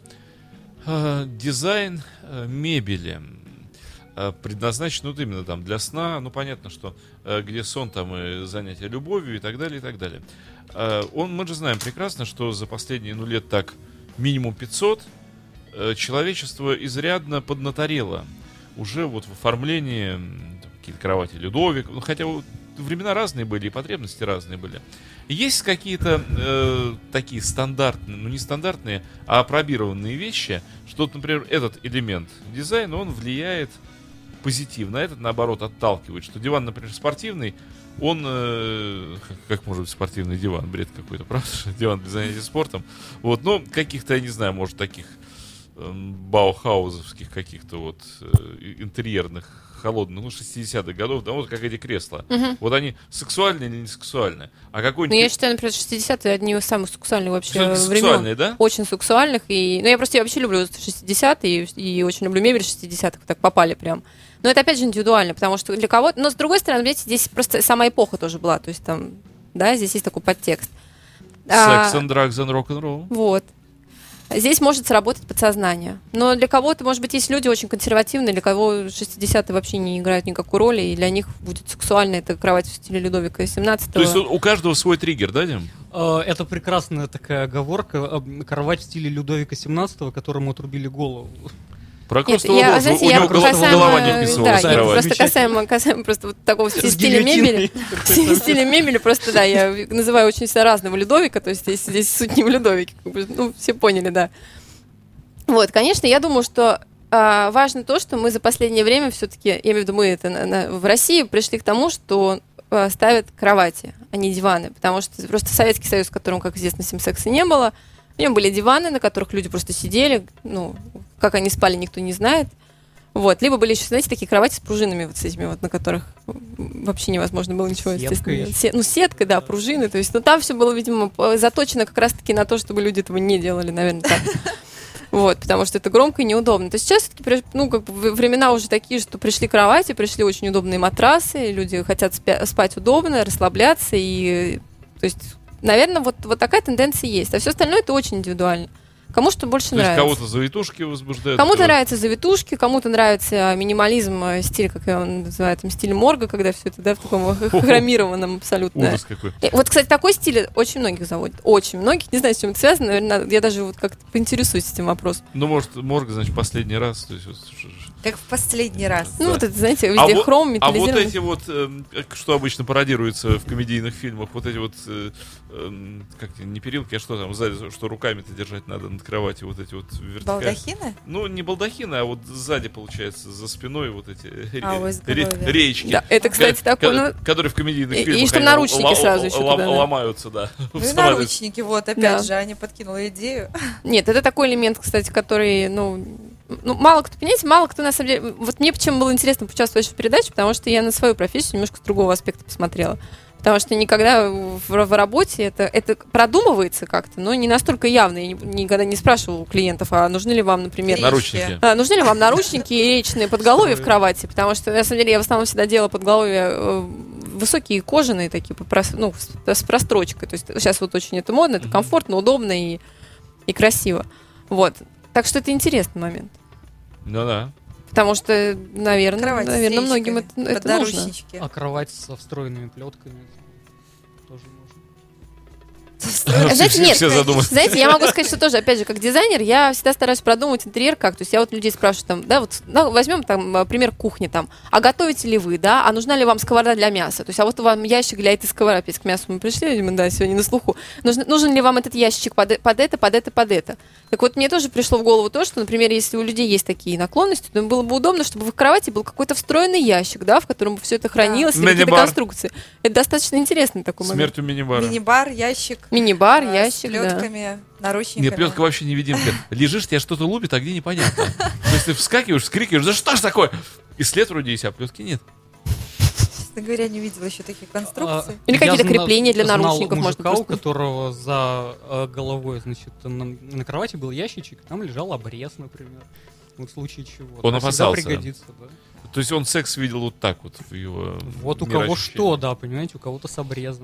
Дизайн мебели предназначен вот именно там для сна, ну понятно, что где сон, там и занятия любовью и так далее, и так далее. Мы же знаем прекрасно, что за последние лет так минимум 500 человечество изрядно поднаторело уже вот в оформлении какие-то кровати Людовик, ну, хотя вот времена разные были и потребности разные были. Есть какие-то такие стандартные, ну не стандартные, а апробированные вещи, что, например, этот элемент дизайна, он влияет позитивно, а этот, наоборот, отталкивает, что диван, например, спортивный, он, как может быть спортивный диван, бред какой-то, правда, диван для занятия спортом, вот, но каких-то, я не знаю, может, таких баухаузовских каких-то вот интерьерных, холодных, 60-х годов, да, вот как эти кресла. Вот они сексуальные или не сексуальные? А какой-нибудь... Ну, я считаю, например, 60-е одни из самых сексуальных вообще времен. Сексуальные, да? Очень сексуальных. И... Ну, я вообще люблю 60-е и очень люблю мебель 60-х. Так попали прям. Но это, опять же, индивидуально, потому что для кого-то... Но, с другой стороны, видите, здесь просто сама эпоха тоже была. То есть там, да, здесь есть такой подтекст. Sex and drugs and rock'n'roll. Вот. Здесь может сработать подсознание. Но для кого-то, может быть, есть люди очень консервативные, для кого 60-е вообще не играют никакой роли, и для них будет сексуально это кровать в стиле Людовика XVII. То есть у каждого свой триггер, да, Дим? Это прекрасная такая оговорка. Кровать в стиле Людовика XVII, которому отрубили голову. Про Костова Ложу. У него голова не вписывалась в кровать. Просто касаемо просто вот такого стиля мебели. Стиля мебели просто, да, я называю очень разного Людовика, то есть здесь суть не в Людовике. Ну, все поняли, да. Вот, конечно, я думаю, что важно то, что мы за последнее время все-таки, я имею в виду, мы это в России пришли к тому, что ставят кровати, а не диваны, потому что просто Советский Союз, в котором, как известно, семсекса не было, у него были диваны, на которых люди просто сидели, ну, как они спали, никто не знает. Вот. Либо были еще, знаете, такие кровати с пружинами, вот с этими вот, на которых вообще невозможно было ничего, естественно. Сеткой, да, пружины. То есть, ну, там все было, видимо, заточено как раз-таки на то, чтобы люди этого не делали, наверное, так. Вот, потому что это громко и неудобно. То есть сейчас все-таки, ну, как бы времена уже такие, что пришли кровати, пришли очень удобные матрасы, люди хотят спать удобно, расслабляться, и, то есть, наверное, вот такая тенденция есть. А все остальное это очень индивидуально. Кому что больше нравится. То есть кого-то завитушки возбуждают? Кому-то нравятся завитушки, кому-то нравится минимализм, стиль, как я его называю, там, стиль морга, когда все это, да, в таком хромированном абсолютно. Ужас какой. Вот, кстати, такой стиль очень многих заводит. Очень многих. Не знаю, с чем это связано. Наверное, я даже вот как-то поинтересуюсь этим вопросом. Ну, может, морга, значит, последний раз. То есть, Как в последний раз. Ну, вот это, знаете, везде хром, А металлизированный. вот эти вот, что обычно пародируется в комедийных фильмах, вот эти вот, как не перилки, а что там сзади, что руками-то держать надо над кроватью, вот эти вот вертикальные. Балдахины? Ну, не балдахины, а вот сзади, получается, за спиной вот эти изголовье. реечки. Да, это, кстати, такой, ну, которые в комедийных и фильмах чтобы они наручники сразу еще туда, да. ломаются, да. Ну и наручники, вот, опять же, Аня подкинула идею. Нет, это такой элемент, кстати, который, ну, мало кто, понимаете, мало кто на самом деле... Вот мне почему было интересно поучаствовать в передаче, потому что я на свою профессию немножко с другого аспекта посмотрела. Потому что никогда в работе это продумывается как-то, но не настолько явно. Я никогда не спрашивала у клиентов, а нужны ли вам, например... Наручники. Нужны ли вам наручники и речные подголовья в кровати? Потому что, на самом деле, я в основном всегда делала подголовья высокие, кожаные такие, ну, с прострочкой. То есть сейчас вот очень это модно, это комфортно, удобно и красиво. Вот. Так что это интересный момент. Ну да. Потому что, наверное, многим это нужно. А кровать со встроенными плетками тоже можно. Знаете, нет, все задумались. знаете, я могу сказать, что тоже, опять же, как дизайнер, я всегда стараюсь продумывать интерьер как. То есть я вот людей спрашиваю, там, да, вот возьмем там пример кухни, там, а готовите ли вы, да, а нужна ли вам сковорода для мяса? То есть, а вот вам ящик для этой сковороды, опять к мясу мы пришли, видимо, да, сегодня на слуху. Нужен ли вам этот ящичек под это? Так вот, мне тоже пришло в голову то, что, например, если у людей есть такие наклонности, то было бы удобно, чтобы в их кровати был какой-то встроенный ящик, да, в котором бы все это хранилось, или какие-то конструкции. Это достаточно интересный такой момент. Смертью мини-бара. Мини-бар, ящик. Мини-бар, ящик, с плетками, наручниками. Нет, плетка вообще невидимка. Лежишь, тебя что-то лупит, а где непонятно. То есть ты вскакиваешь, вскрикиваешь, да что ж такое? И след вроде есть, а плетки нет. Честно говоря, не видела еще таких конструкций. Или какие-то крепления для наручников можно просто. У которого за головой, значит, на кровати был ящичек, там лежал обрез, например. Вот в случае чего. Он опасался. Пригодится, да. То есть он секс видел вот так вот в его вот у кого что, да, понимаете, у кого-то с обрезом.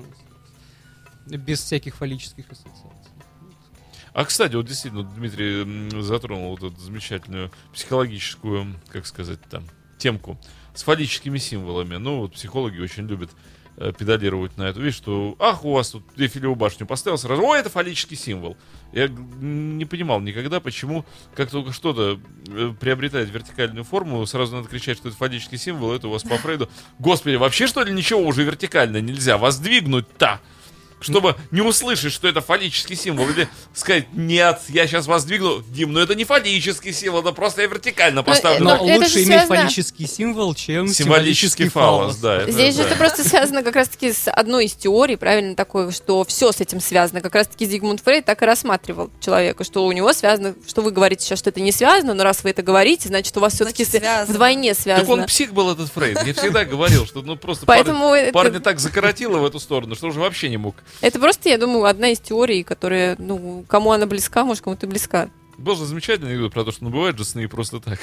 Без всяких фаллических ассоциаций. А, кстати, вот действительно, Дмитрий затронул вот эту замечательную психологическую, как сказать, там, темку с фаллическими символами. Ну, вот психологи очень любят педалировать на эту вещь, что, ах, у вас тут Эйфелеву башню поставил, сразу, ой, это фаллический символ. Я не понимал никогда, почему, как только что-то приобретает вертикальную форму, сразу надо кричать, что это фаллический символ, это у вас по Фрейду. Господи, вообще, что ли, ничего уже вертикально нельзя воздвигнуть-то? Чтобы не услышать, что это фаллический символ, или сказать, нет, я сейчас вас двигну, Дим, но это не фаллический символ, это просто я вертикально поставлю. Но лучше иметь фаллический символ, чем символический фаллос. Да, здесь же это просто связано как раз-таки с одной из теорий, правильно, такой, что все с этим связано. Как раз-таки Зигмунд Фрейд так и рассматривал человека, что у него связано, что вы говорите сейчас, что это не связано, но раз вы это говорите, значит, у вас все-таки вдвойне связано. Так он псих был, этот Фрейд. Я всегда говорил, что ну просто парня так закоротило в эту сторону, что уже вообще не мог. Это просто, я думаю, одна из теорий, которая, ну, кому она близка, может, кому-то близка. Был же замечательный анекдот про то, что ну, бывают же сны просто так.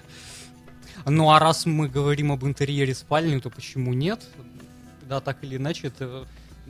Ну, а раз мы говорим об интерьере спальни, то почему нет? Да, так или иначе, это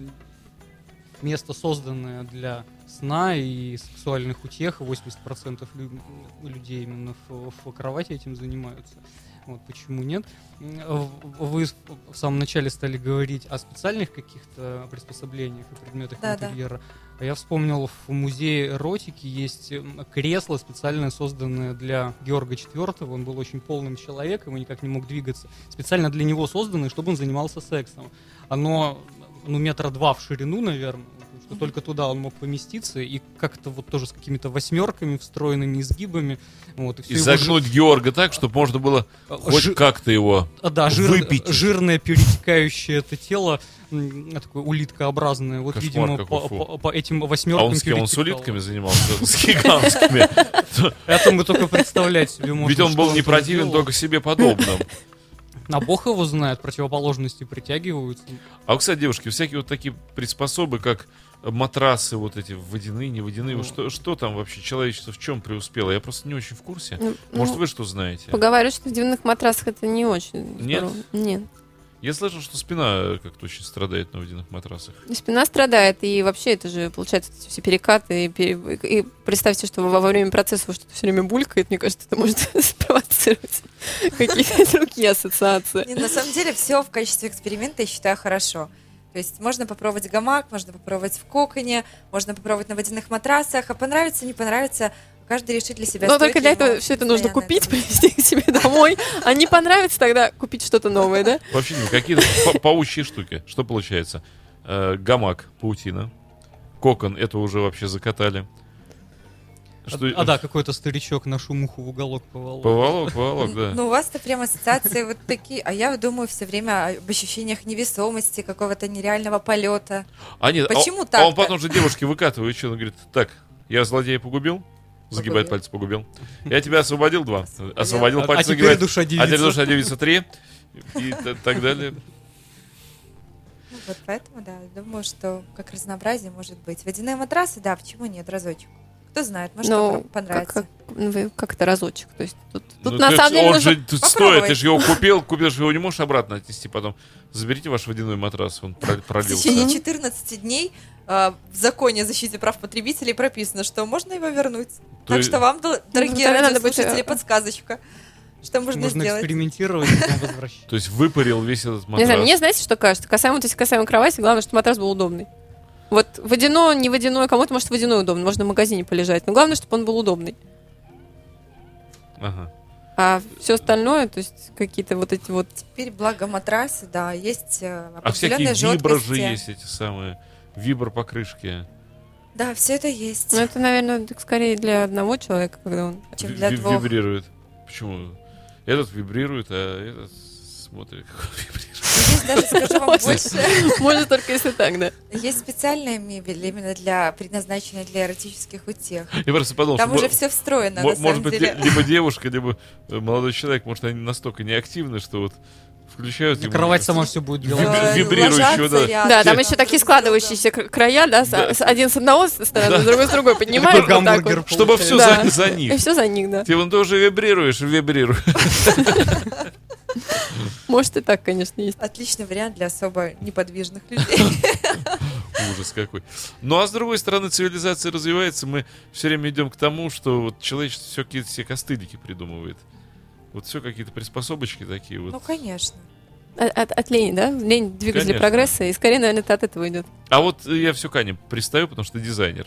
место, созданное для сна и сексуальных утех. 80% людей именно в кровати этим занимаются. Вот почему нет. Вы в самом начале стали говорить о специальных каких-то приспособлениях и предметах интерьера. А я вспомнил, в музее эротики есть кресло, специально созданное для Георга IV. Он был очень полным человеком и никак не мог двигаться. Специально для него созданное, чтобы он занимался сексом. Оно, ну, 2 метра в ширину, наверное. Что только туда он мог поместиться, и как-то вот тоже с какими-то 8 встроенными изгибами. Вот, и загнуть Георга так, чтобы можно было хоть как-то его выпить. Жирное перетекающее это тело, такое улиткообразное. Вот, кошмар, видимо, по этим 8 А он с кем? Он с улитками занимался? С гигантскими? Это мы только представлять себе можем. Ведь он был не противен только себе подобным. А бог его знает, противоположности притягиваются. А, кстати, девушки, всякие вот такие приспособы, как матрасы вот эти водяные, не водяные, что там вообще человечество в чем преуспело? Я просто не очень в курсе. Может, вы что знаете? Поговаривают, что в дивных матрасах это не очень. Нет? Нет. Я слышал, что спина как-то очень страдает на водяных матрасах. Спина страдает, и вообще это же, получается, все перекаты. И представьте, что во время процесса что-то все время булькает, мне кажется, это может спровоцировать какие-то другие ассоциации. На самом деле все в качестве эксперимента я считаю хорошо. То есть можно попробовать гамак, можно попробовать в коконе, можно попробовать на водяных матрасах, а понравится, не понравится, каждый решит для себя. Но стоит только ли для ему этого все это нужно постоянно купить, это принести к себе домой. А не понравится, тогда купить что-то новое, да? Вообще, какие-то паучьи штуки. Что получается? Гамак, паутина. Кокон, это уже вообще закатали. Да, какой-то старичок нашу муху в уголок поволок. Поволок, да. Ну, у вас-то прям ассоциации вот такие. А я думаю все время об ощущениях невесомости, какого-то нереального полета. А нет, Почему а он так-то? потом же девушке выкатывает, что он говорит: так, я злодея погубил, загибает пальцы, погубил. Я тебя освободил 2, освободил А пальцы, теперь загибает. душа А теперь девица. душа девица 3 и так далее. Ну, вот поэтому, да, думаю, что как разнообразие может быть. Водяные матрасы, да, почему нет, разочек. Кто знает, может, Ну, кому понравится. как-то разочек. То есть тут Ну, на самом деле он нужно... же тут попробовать. стоит, ты же его купил же его не можешь обратно отнести потом. Заберите ваш водяной матрас, он В пролился. течение 14 дней в законе о защите прав потребителей прописано, что можно его вернуть. Так есть- что вам, дорогие тогда надо быть, радиослушатели, подсказочка. Что можно Можно сделать? экспериментировать, потом возвращать. То есть выпарил весь этот матрас. Не знаю, мне знаете, что кажется? Касаемо кровати, главное, чтобы матрас был удобный. Вот водяной, не водяной, кому-то, может, водяной удобный, можно в магазине полежать. Но главное, чтобы он был удобный. Ага. А все остальное, то есть какие-то вот эти вот... Теперь, благо матрасы, да, есть А всякие определенные вибро же жесткости. есть, эти самые вибро-покрышки. Да, все это есть. Ну, это, наверное, скорее для одного человека, когда он... Чем для двух. Вибрирует. Почему? Этот вибрирует, а этот смотрит, как он вибрирует. Здесь даже, скажу вам больше, Может, только если так, да. есть специальная мебель, именно предназначенная для эротических утех. Я просто подумал, Там что уже все встроено, на может самом быть, деле. либо девушка, либо молодой человек, может, они настолько неактивны, что вот включают ему Кровать сама все будет делать. вибрирующего, Ложатся да. рядом. Да, там еще такие складывающиеся края, да, один с одного стороны, другой с другой поднимают вот так Гамбургер вот. Чтобы все Да. за И них. все за них, да. Ты вон тоже вибрируешь. Может и так, конечно, есть. Отличный вариант для особо неподвижных людей. Ужас какой. Ну а с другой стороны, цивилизация развивается, мы все время идем к тому, что вот человечество все какие-то все костылики придумывает. Вот все какие-то приспособочки такие вот. Ну, конечно. От лени, да? Лень двигатель Конечно. прогресса, и скорее, наверное, это от этого идет. А вот я все к Ане пристаю, потому что дизайнер.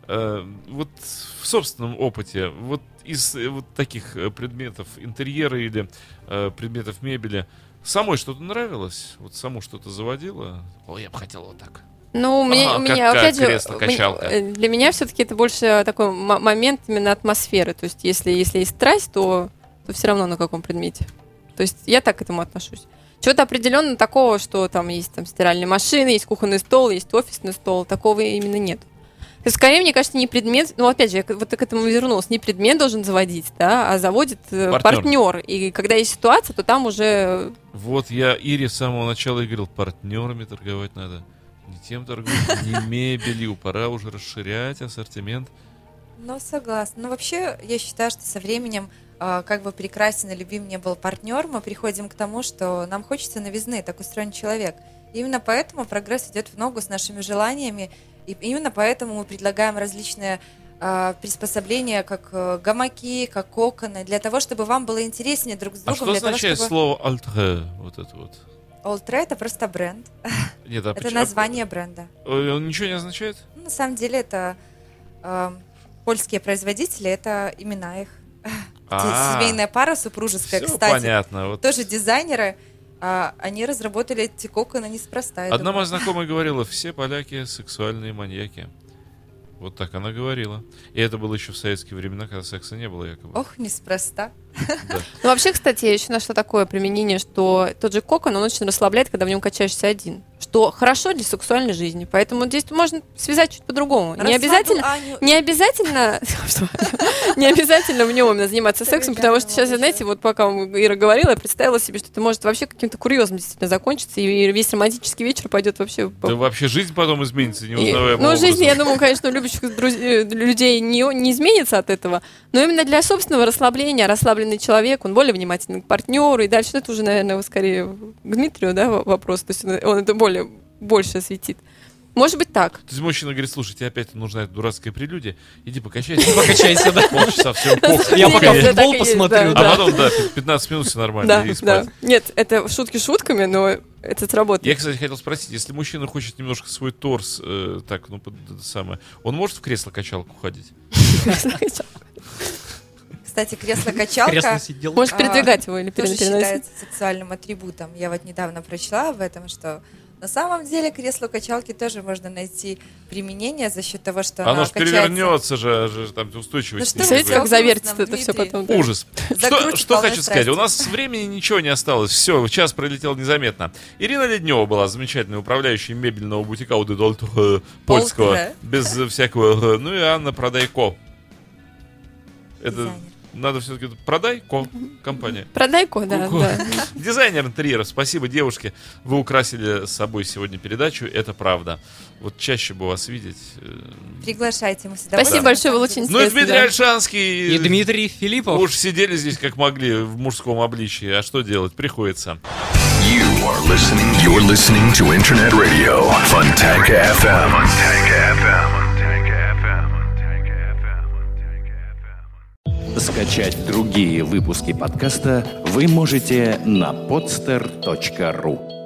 Вот в собственном опыте, вот из вот таких предметов интерьера или предметов мебели, самой что-то нравилось? Вот саму что-то заводила? Ой, я бы хотела вот так. Ну, у меня, как опять же, кресло-качалка. для меня все-таки это больше такой момент именно атмосферы. То есть, если есть страсть, то все равно на каком предмете. То есть, я так к этому отношусь. Чего-то определенно такого, что там есть там стиральные машины, есть кухонный стол, есть офисный стол, такого именно нет. То есть, скорее, мне кажется, не предмет, ну, опять же, я вот к этому вернулась, не предмет должен заводить, да, а заводит партнер. И когда есть ситуация, то там уже... Вот я Ире с самого начала и говорил, партнерами торговать надо. Не тем торгуют, не мебелью. Пора уже расширять ассортимент. Ну, согласна. Ну, вообще, я считаю, что со временем, как бы прекрасен и любим не был партнер, мы приходим к тому, что нам хочется новизны, так устроен человек. И именно поэтому прогресс идет в ногу с нашими желаниями, и именно поэтому мы предлагаем различные приспособления, как гамаки, как коконы, для того, чтобы вам было интереснее друг с А другом. что для того, означает чтобы... слово «альтре»? Вот это вот. Олтре — это просто бренд. Нет, а Это почему- название бренда. Он ничего не означает? Ну, на самом деле это польские производители, это имена их. Семейная пара супружеская, Все кстати, понятно. Вот. тоже дизайнеры. Они разработали эти коконы неспроста. я Одна думаю. моя знакомая говорила, все поляки сексуальные маньяки. Вот так она говорила. И это было еще в советские времена, когда секса не было якобы. Ох, неспроста. Да. Ну, вообще, кстати, я еще нашла такое применение, что тот же кокон, он очень расслабляет, когда в нем качаешься один. Что хорошо для сексуальной жизни. Поэтому здесь можно связать чуть по-другому. Не обязательно... Не обязательно, не обязательно в нем именно заниматься сексом, потому что сейчас, знаете, вот пока Ира говорила, я представила себе, что это может вообще каким-то курьезом действительно закончиться, и весь романтический вечер пойдет вообще... Да вообще жизнь потом изменится неузнаваемым Ну, жизнь, образом. я думаю, конечно, у любящих людей не изменится от этого, но именно для собственного расслабления, расслабленный человек, он более внимательный к партнеру, и дальше это уже, наверное, скорее к Дмитрию, да, вопрос, то есть он это больше осветит. Может быть так. То есть мужчина говорит, слушай, тебе опять нужна эта дурацкая прелюдия, иди покачайся. Покачайся, да. Полчаса все, Я пока Нет, это так футбол и есть, посмотрю, А да. потом, да, 15 минут все нормально, и Да. спать. Нет, это шутки шутками, но это сработает. Я, кстати, хотел спросить, если мужчина хочет немножко свой торс, так, ну, это самое, он может в кресло-качалку ходить? Кстати, кресло-качалка Кресло-сиделка. Можешь передвигать его или тоже переносить. считается сексуальным атрибутом. Я вот недавно прочла об этом, что на самом деле креслу-качалки тоже можно найти применение за счет того, что Оно она же качается. перевернется же там устойчивость. Ну не что будет. Смотрите, как в завертится грустном это все виде. потом. да. Ужас. Закрутит Что полной хочу сказать, у страсти. нас времени ничего не осталось. Все, час пролетел незаметно. Ирина Леднева была замечательной управляющей мебельного бутика польского, да. без всякого. Ну и Анна Продайко. Это Дизайнер. надо все-таки Продайко компания. Продай-ко, да. Дизайнер интерьеров. Спасибо, девушки. Вы украсили с собой сегодня передачу. Это правда. Вот чаще бы вас видеть. Приглашайте, мы всегда Спасибо будем. большое, было очень Ну и интересно. Дмитрий да. Альшанский. И Дмитрий Филиппов. Уж сидели здесь как могли в мужском обличии. А что делать? Приходится. You're listening to Internet Radio, Funtank FM. Скачать другие выпуски подкаста вы можете на podster.ru.